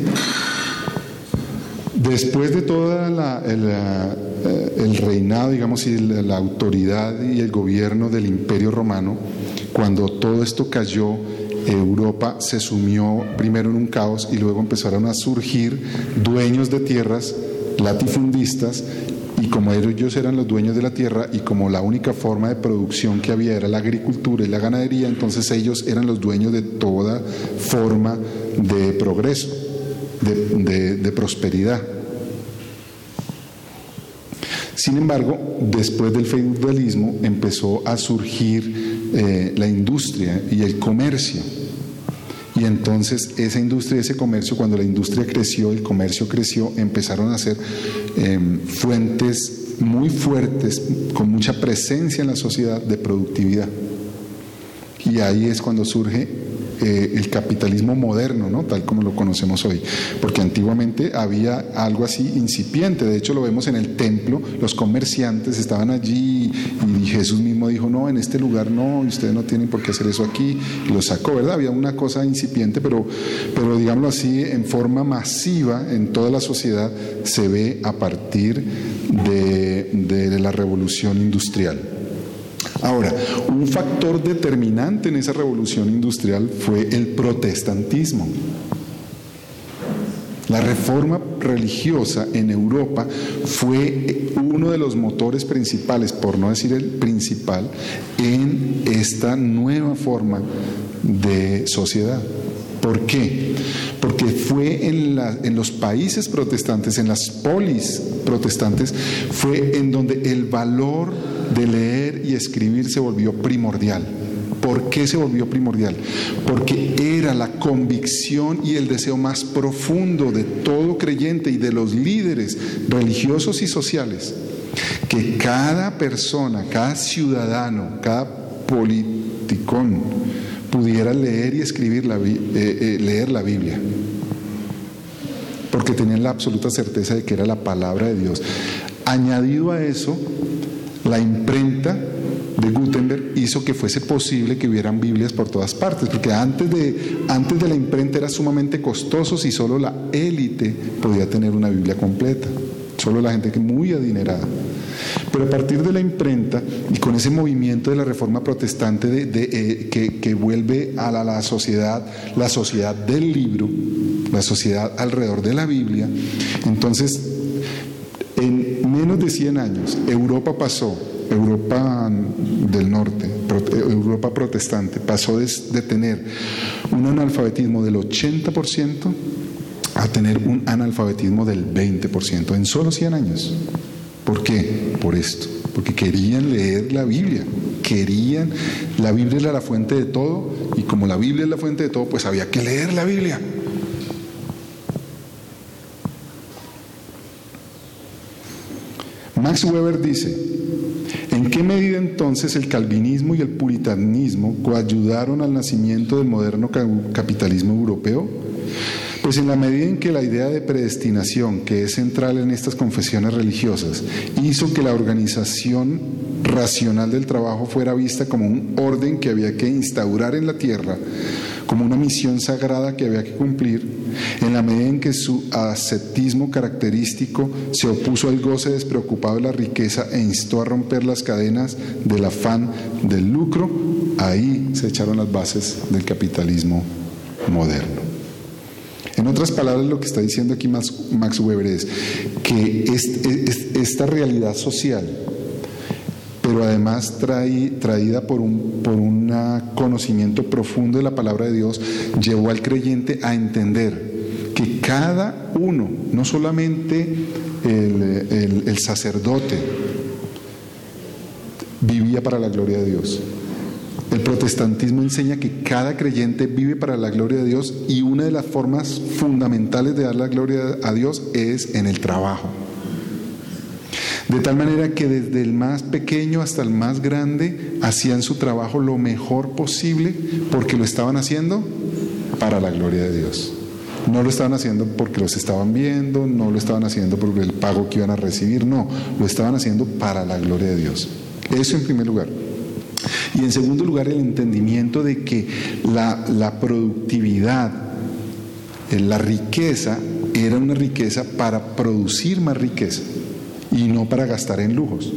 después de todo el, el reinado, digamos, y la, la autoridad y el gobierno del Imperio Romano, cuando todo esto cayó, Europa se sumió primero en un caos y luego empezaron a surgir dueños de tierras, latifundistas, y como ellos eran los dueños de la tierra y como la única forma de producción que había era la agricultura y la ganadería, entonces ellos eran los dueños de toda forma de progreso, de, de, de prosperidad. Sin embargo, después del feudalismo empezó a surgir eh, la industria y el comercio. Y entonces esa industria y ese comercio, cuando la industria creció, el comercio creció, empezaron a ser eh, fuentes muy fuertes, con mucha presencia en la sociedad de productividad. Y ahí es cuando surge Eh, el capitalismo moderno, ¿no? Tal como lo conocemos hoy, porque antiguamente había algo así incipiente. De hecho lo vemos en el templo, los comerciantes estaban allí y Jesús mismo dijo, no, en este lugar no, ustedes no tienen por qué hacer eso aquí, y lo sacó, ¿verdad? Había una cosa incipiente, pero, pero digámoslo así, en forma masiva en toda la sociedad se ve a partir de, de la revolución industrial. Ahora, un factor determinante en esa revolución industrial fue el protestantismo. La reforma religiosa en Europa fue uno de los motores principales, por no decir el principal, en esta nueva forma de sociedad. ¿Por qué? Porque fue en, la, en los países protestantes, en las polis protestantes, fue en donde el valor de leer y escribir se volvió primordial. ¿Por qué se volvió primordial? Porque era la convicción y el deseo más profundo de todo creyente y de los líderes religiosos y sociales, que cada persona, cada ciudadano, cada politicón pudiera leer y escribir la, eh, eh, leer la Biblia. porque tenían la absoluta certeza de que era la palabra de Dios. Añadido a eso, la imprenta de Gutenberg hizo que fuese posible que hubieran Biblias por todas partes, porque antes de, antes de la imprenta era sumamente costoso y solo la élite podía tener una Biblia completa, solo la gente que muy adinerada. Pero a partir de la imprenta y con ese movimiento de la Reforma Protestante de, de, eh, que, que vuelve a la, la sociedad, la sociedad del libro, la sociedad alrededor de la Biblia, entonces en menos de cien años Europa pasó, Europa del norte, Europa protestante, pasó de, de tener un analfabetismo del ochenta por ciento a tener un analfabetismo del veinte por ciento en solo cien años. ¿Por qué? Por esto, porque querían leer la Biblia, querían, la Biblia era la fuente de todo, y como la Biblia es la fuente de todo, pues había que leer la Biblia. Max Weber dice: ¿en qué medida entonces el calvinismo y el puritanismo coayudaron al nacimiento del moderno capitalismo europeo? Pues en la medida en que la idea de predestinación, que es central en estas confesiones religiosas, hizo que la organización racional del trabajo fuera vista como un orden que había que instaurar en la tierra, como una misión sagrada que había que cumplir, en la medida en que su ascetismo característico se opuso al goce despreocupado de la riqueza e instó a romper las cadenas del afán del lucro, ahí se echaron las bases del capitalismo moderno. En otras palabras, lo que está diciendo aquí Max Weber es que esta realidad social, pero además traída por un por un conocimiento profundo de la palabra de Dios, llevó al creyente a entender que cada uno, no solamente el, el, el sacerdote, vivía para la gloria de Dios. El protestantismo enseña que cada creyente vive para la gloria de Dios, y una de las formas fundamentales de dar la gloria a Dios es en el trabajo. De tal manera que desde el más pequeño hasta el más grande hacían su trabajo lo mejor posible, porque lo estaban haciendo para la gloria de Dios. No lo estaban haciendo porque los estaban viendo, no lo estaban haciendo por el pago que iban a recibir, no, lo estaban haciendo para la gloria de Dios. Eso en primer lugar. Y en segundo lugar, el entendimiento de que la, la productividad, la riqueza, era una riqueza para producir más riqueza y no para gastar en lujos.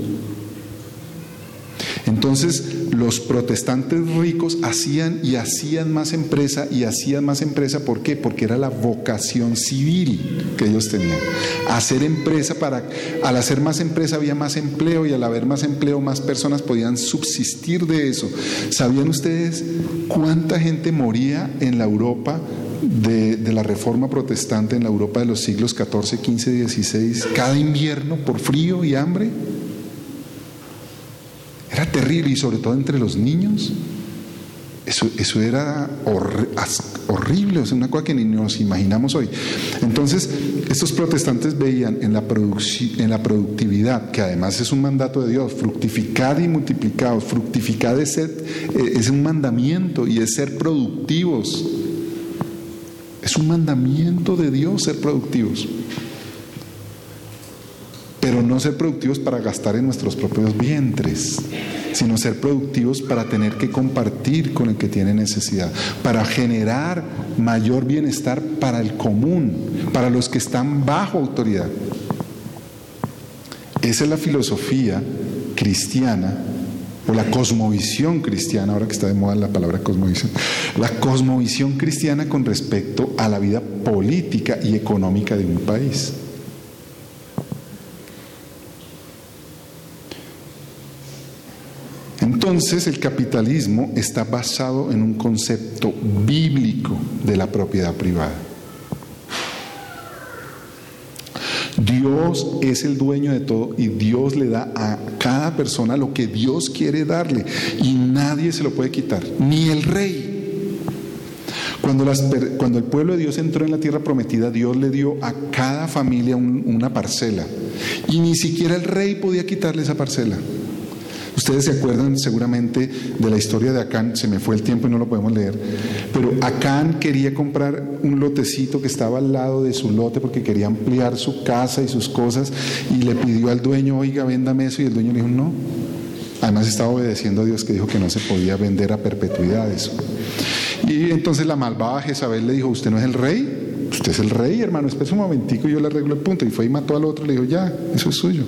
Entonces, los protestantes ricos hacían y hacían más empresa y hacían más empresa. ¿Por qué? Porque era la vocación civil que ellos tenían. Hacer empresa para, al hacer más empresa había más empleo, y al haber más empleo más personas podían subsistir de eso. ¿Sabían ustedes cuánta gente moría en la Europa de, de la Reforma Protestante, en la Europa de los siglos catorce, quince, dieciséis, cada invierno por frío y hambre? Era terrible, y sobre todo entre los niños. Eso, eso era hor, horrible, o sea, una cosa que ni nos imaginamos hoy. Entonces, estos protestantes veían en la, en la productividad, que además es un mandato de Dios, fructificad y multiplicaos. Fructificad es, ser, es un mandamiento, y es ser productivos. Es un mandamiento de Dios ser productivos. Pero no ser productivos para gastar en nuestros propios vientres, sino ser productivos para tener que compartir con el que tiene necesidad, para generar mayor bienestar para el común, para los que están bajo autoridad. Esa es la filosofía cristiana, o la cosmovisión cristiana, ahora que está de moda la palabra cosmovisión, la cosmovisión cristiana con respecto a la vida política y económica de un país. Entonces, el capitalismo está basado en un concepto bíblico de la propiedad privada. Dios es el dueño de todo, y Dios le da a cada persona lo que Dios quiere darle, y nadie se lo puede quitar, ni el rey. Cuando, las, cuando el pueblo de Dios entró en la tierra prometida, Dios le dio a cada familia un, una parcela, y ni siquiera el rey podía quitarle esa parcela. Ustedes se acuerdan seguramente de la historia de Acán, se me fue el tiempo y no lo podemos leer, pero Acán quería comprar un lotecito que estaba al lado de su lote porque quería ampliar su casa y sus cosas, y le pidió al dueño, oiga, véndame eso, y el dueño le dijo no. Además estaba obedeciendo a Dios, que dijo que no se podía vender a perpetuidad eso. Y entonces la malvada Jezabel le dijo, ¿usted no es el rey? Usted es el rey, hermano, espera un momentico y yo le arreglo el punto. Y fue y mató al otro y le dijo, ya, eso es suyo.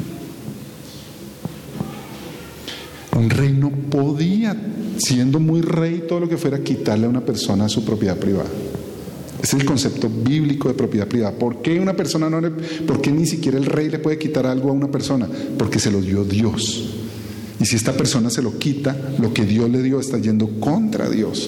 Un rey no podía, siendo muy rey, todo lo que fuera, quitarle a una persona su propiedad privada. Ese es el concepto bíblico de propiedad privada. ¿Por qué una persona no le, por qué ni siquiera el rey le puede quitar algo a una persona? Porque se lo dio Dios. Y si esta persona se lo quita, lo que Dios le dio está yendo contra Dios.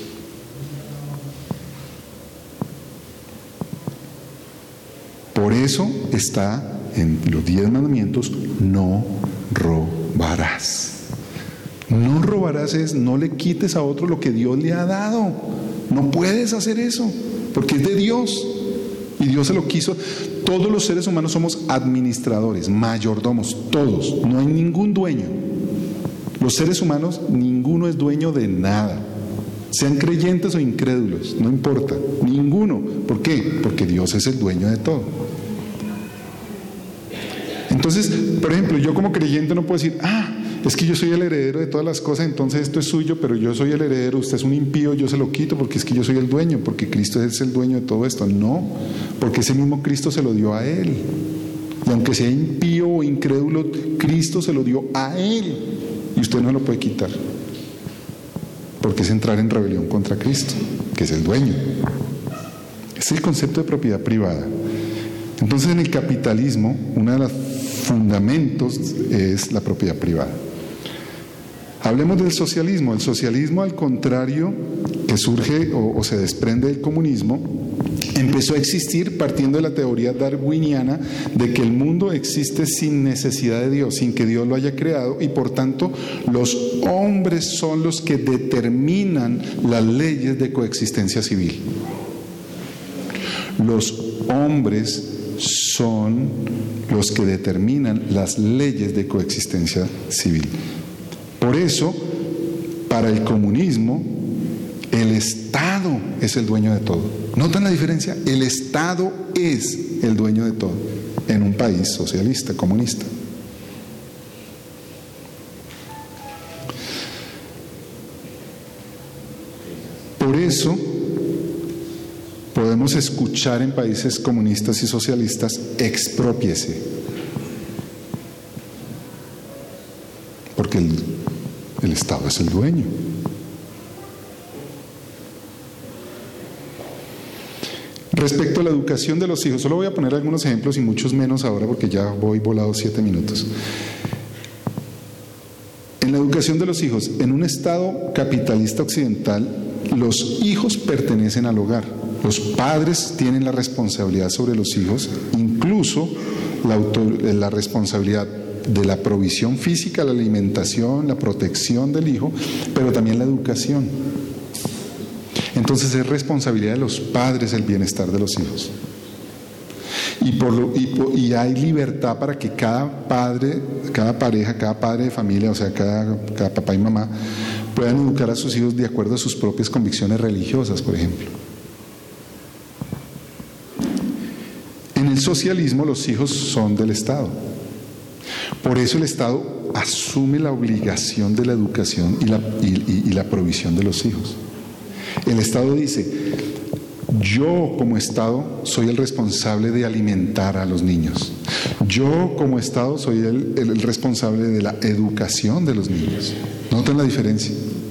Por eso está en los diez mandamientos, no robarás. No robarás es, no le quites a otro lo que Dios le ha dado. No puedes hacer eso, porque es de Dios. Y Dios se lo quiso. Todos los seres humanos somos administradores, mayordomos, todos. No hay ningún dueño. Los seres humanos, ninguno es dueño de nada. Sean creyentes o incrédulos, no importa. Ninguno. ¿Por qué? Porque Dios es el dueño de todo. Entonces, por ejemplo, yo como creyente no puedo decir, ah, es que yo soy el heredero de todas las cosas, entonces esto es suyo, pero yo soy el heredero, usted es un impío, yo se lo quito porque es que yo soy el dueño, porque Cristo es el dueño de todo esto. No, porque ese mismo Cristo se lo dio a Él. Y aunque sea impío o incrédulo, Cristo se lo dio a Él. Y usted no lo puede quitar. Porque es entrar en rebelión contra Cristo, que es el dueño. Ese es el concepto de propiedad privada. Entonces, en el capitalismo, uno de los fundamentos es la propiedad privada. Hablemos del socialismo. El socialismo, al contrario, que surge o, o se desprende del comunismo, empezó a existir partiendo de la teoría darwiniana de que el mundo existe sin necesidad de Dios, sin que Dios lo haya creado, y por tanto los hombres son los que determinan las leyes de coexistencia civil. Los hombres son los que determinan las leyes de coexistencia civil. Por eso, para el comunismo, el Estado es el dueño de todo. ¿Notan la diferencia? El Estado es el dueño de todo en un país socialista, comunista. Por eso podemos escuchar en países comunistas y socialistas, exprópiese. Porque el, el Estado es el dueño. Respecto a la educación de los hijos, solo voy a poner algunos ejemplos y muchos menos ahora porque ya voy volado siete minutos. En la educación de los hijos, en un Estado capitalista occidental, los hijos pertenecen al hogar. Los padres tienen la responsabilidad sobre los hijos, incluso la, autor, la responsabilidad de la provisión física, la alimentación, la protección del hijo, pero también la educación. Entonces es responsabilidad de los padres el bienestar de los hijos. Y, por lo, y, por, y hay libertad para que cada padre, cada pareja, cada padre de familia, o sea, cada, cada papá y mamá, puedan educar a sus hijos de acuerdo a sus propias convicciones religiosas, por ejemplo. En el socialismo los hijos son del Estado. Por eso el Estado asume la obligación de la educación y la, y, y, y la provisión de los hijos. El Estado dice, yo como Estado soy el responsable de alimentar a los niños. Yo como Estado soy el, el, el responsable de la educación de los niños. ¿Notan la diferencia?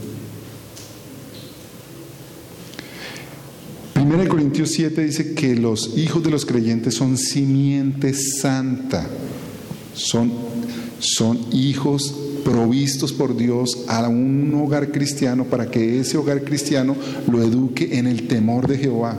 Primera de Corintios siete dice que los hijos de los creyentes son simiente santa. Son, son hijos provistos por Dios a un hogar cristiano para que ese hogar cristiano lo eduque en el temor de Jehová.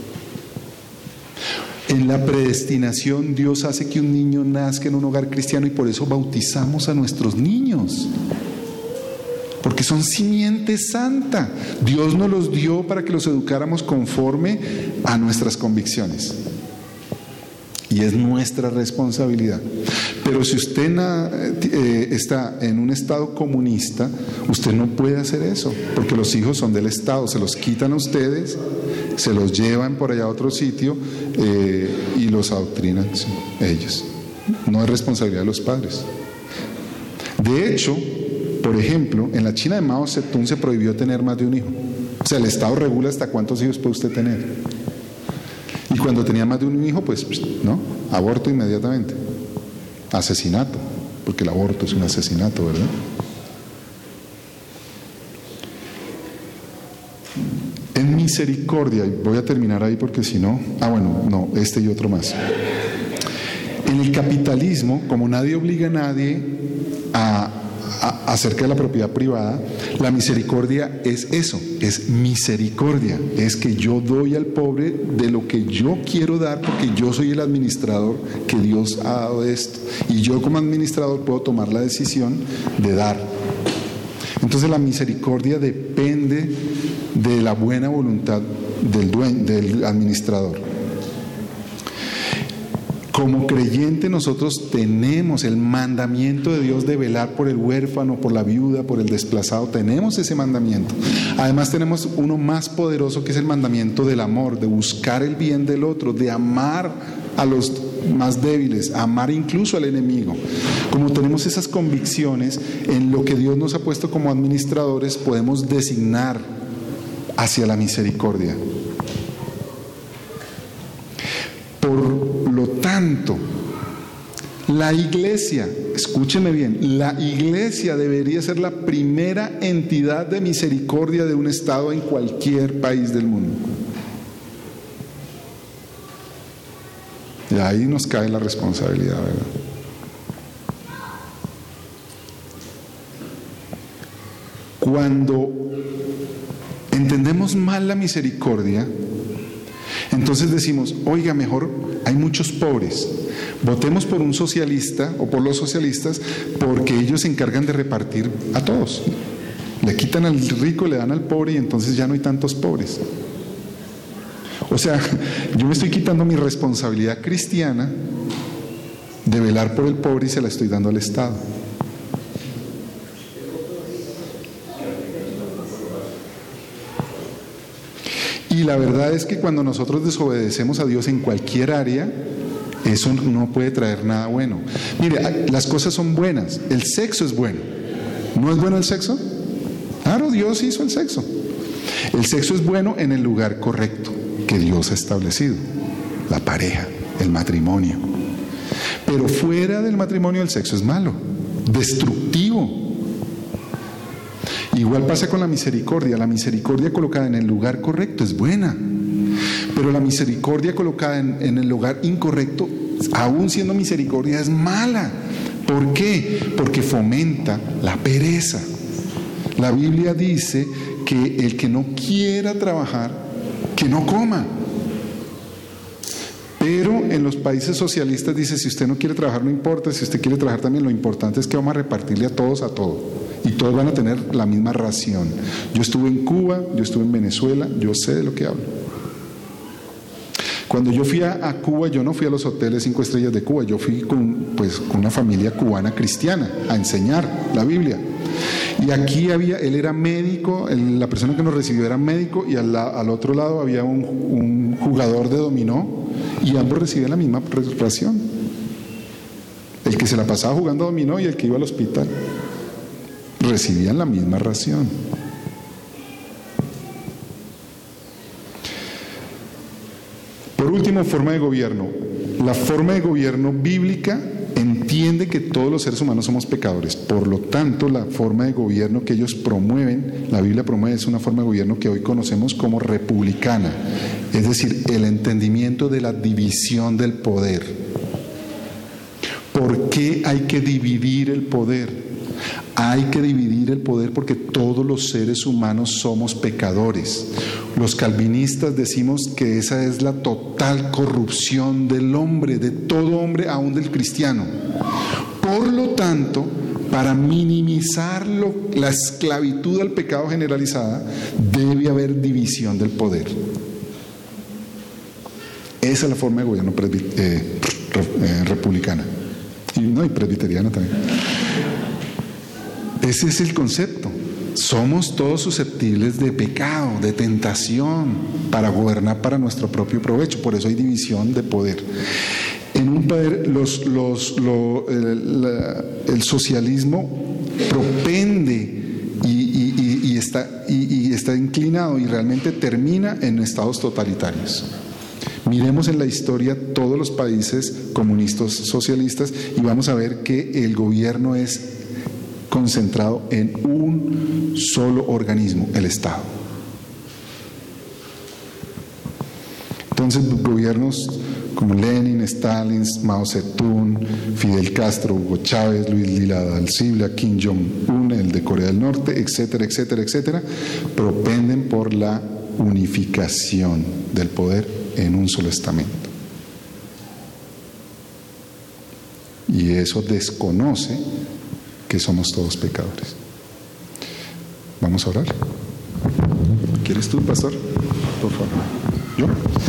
En la predestinación Dios hace que un niño nazca en un hogar cristiano y por eso bautizamos a nuestros niños. Porque son simiente santa. Dios nos los dio para que los educáramos conforme a nuestras convicciones. y es nuestra responsabilidad. Pero si usted na, eh, está en un estado comunista, usted no puede hacer eso, porque los hijos son del Estado, se los quitan a ustedes, se los llevan por allá a otro sitio eh, y los adoctrinan ellos. No es responsabilidad de los padres. De hecho, por ejemplo, en la China de Mao Zedong se prohibió tener más de un hijo. O sea, el Estado regula hasta cuántos hijos puede usted tener. Y cuando tenía más de un hijo, pues, ¿no? Aborto inmediatamente. Asesinato, porque el aborto es un asesinato, ¿verdad? En misericordia, y voy a terminar ahí porque si no, ah bueno, no, este y otro más. En el capitalismo, como nadie obliga a nadie a, a, acerca de la propiedad privada, la misericordia es eso, es misericordia, es que yo doy al pobre de lo que yo quiero dar porque yo soy el administrador que Dios ha dado de esto, y yo como administrador puedo tomar la decisión de dar. Entonces la misericordia depende de la buena voluntad del dueño, del administrador. Como creyente nosotros tenemos el mandamiento de Dios de velar por el huérfano, por la viuda, por el desplazado. Tenemos ese mandamiento. Además tenemos uno más poderoso que es el mandamiento del amor, de buscar el bien del otro, de amar a los más débiles, amar incluso al enemigo. Como tenemos esas convicciones, en lo que Dios nos ha puesto como administradores podemos designar hacia la misericordia. Por lo tanto, la iglesia, escúcheme bien, la iglesia debería ser la primera entidad de misericordia de un Estado en cualquier país del mundo. Y ahí nos cae la responsabilidad, ¿verdad? Cuando entendemos mal la misericordia, entonces decimos, oiga, mejor hay muchos pobres, votemos por un socialista o por los socialistas porque ellos se encargan de repartir a todos. Le quitan al rico, le dan al pobre y entonces ya no hay tantos pobres. O sea, yo me estoy quitando mi responsabilidad cristiana de velar por el pobre y se la estoy dando al Estado. Y la verdad es que cuando nosotros desobedecemos a Dios en cualquier área, eso no puede traer nada bueno. Mire, las cosas son buenas, el sexo es bueno. ¿No es bueno el sexo? Claro, Dios hizo el sexo. El sexo es bueno en el lugar correcto que Dios ha establecido, la pareja, el matrimonio. Pero fuera del matrimonio el sexo es malo, destructivo. Igual pasa con la misericordia. La misericordia colocada en el lugar correcto es buena, pero la misericordia colocada en, en el lugar incorrecto, aún siendo misericordia, es mala. ¿Por qué? Porque fomenta la pereza. La Biblia dice que el que no quiera trabajar, que no coma. Pero en los países socialistas dice, si usted no quiere trabajar no importa, si usted quiere trabajar también, lo importante es que vamos a repartirle a todos a todo. Y todos van a tener la misma ración. Yo estuve en Cuba, yo estuve en Venezuela, yo sé de lo que hablo. Cuando yo fui a, a Cuba, yo no fui a los hoteles cinco estrellas de Cuba, yo fui con, pues, con una familia cubana cristiana a enseñar la Biblia. Y aquí había, él era médico, el, la persona que nos recibió era médico, y al, al otro lado había un, un jugador de dominó, y ambos recibían la misma ración. El que se la pasaba jugando dominó y el que iba al hospital recibían la misma ración. Por último, forma de gobierno. La forma de gobierno bíblica entiende que todos los seres humanos somos pecadores. Por lo tanto, la forma de gobierno que ellos promueven, la Biblia promueve, es una forma de gobierno que hoy conocemos como republicana. Es decir, el entendimiento de la división del poder. ¿Por qué hay que dividir el poder? Hay que dividir el poder porque todos los seres humanos somos pecadores. Los calvinistas decimos que esa es la total corrupción del hombre, de todo hombre, aún del cristiano. Por lo tanto, para minimizar lo, la esclavitud al pecado generalizada, debe haber división del poder. Esa es la forma de gobierno eh, eh, republicana. Y no, y presbiteriana también. Ese es el concepto. Somos todos susceptibles de pecado, de tentación, para gobernar para nuestro propio provecho. Por eso hay división de poder. En un poder, los, los, lo, el, la, el socialismo propende y, y, y, y, está, y, y está inclinado y realmente termina en estados totalitarios. Miremos en la historia todos los países comunistas socialistas y vamos a ver que el gobierno es concentrado en un solo organismo, el Estado. Entonces, gobiernos como Lenin, Stalin, Mao Zedong, Fidel Castro, Hugo Chávez, Luis Lila da Silva, Kim Jong-un, el de Corea del Norte, etcétera, etcétera, etcétera, propenden por la unificación del poder en un solo estamento. Y eso desconoce que somos todos pecadores. Vamos a orar. ¿Quieres tú, pastor? Por favor. ¿Yo?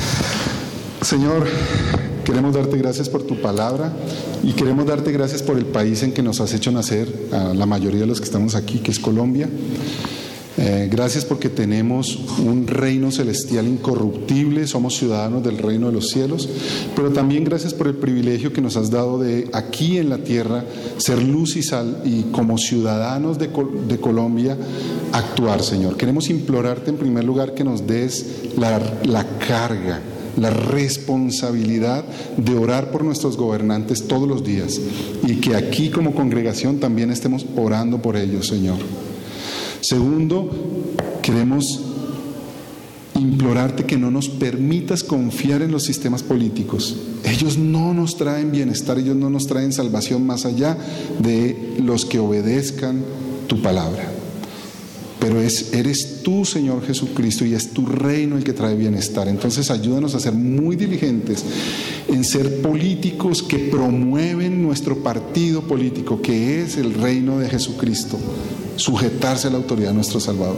Señor, queremos darte gracias por tu palabra y queremos darte gracias por el país en que nos has hecho nacer, a la mayoría de los que estamos aquí, que es Colombia. Eh, gracias porque tenemos un reino celestial incorruptible, somos ciudadanos del reino de los cielos, pero también gracias por el privilegio que nos has dado de aquí en la tierra ser luz y sal y como ciudadanos de, de Colombia actuar, Señor. Queremos implorarte en primer lugar que nos des la, la carga, la responsabilidad de orar por nuestros gobernantes todos los días y que aquí como congregación también estemos orando por ellos, Señor. Segundo, queremos implorarte que no nos permitas confiar en los sistemas políticos. Ellos no nos traen bienestar, ellos no nos traen salvación más allá de los que obedezcan tu palabra. Pero es, eres tú, Señor Jesucristo, y es tu reino el que trae bienestar. Entonces ayúdanos a ser muy diligentes en ser políticos que promueven nuestro partido político, que es el reino de Jesucristo, sujetarse a la autoridad de nuestro Salvador.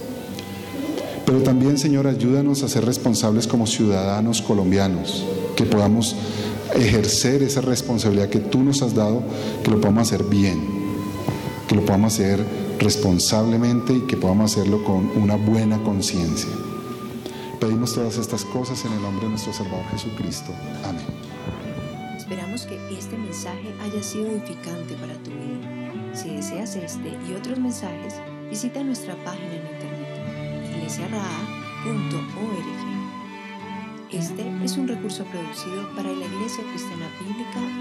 Pero también, Señor, ayúdanos a ser responsables como ciudadanos colombianos, que podamos ejercer esa responsabilidad que tú nos has dado, que lo podamos hacer bien, que lo podamos hacer responsablemente y que podamos hacerlo con una buena conciencia. Pedimos todas estas cosas en el nombre de nuestro Salvador Jesucristo. Amén. Esperamos que este mensaje haya sido edificante para tu vida. Si deseas este y otros mensajes, visita nuestra página en internet iglesia raa punto org. Este es un recurso producido para la Iglesia Cristiana Bíblica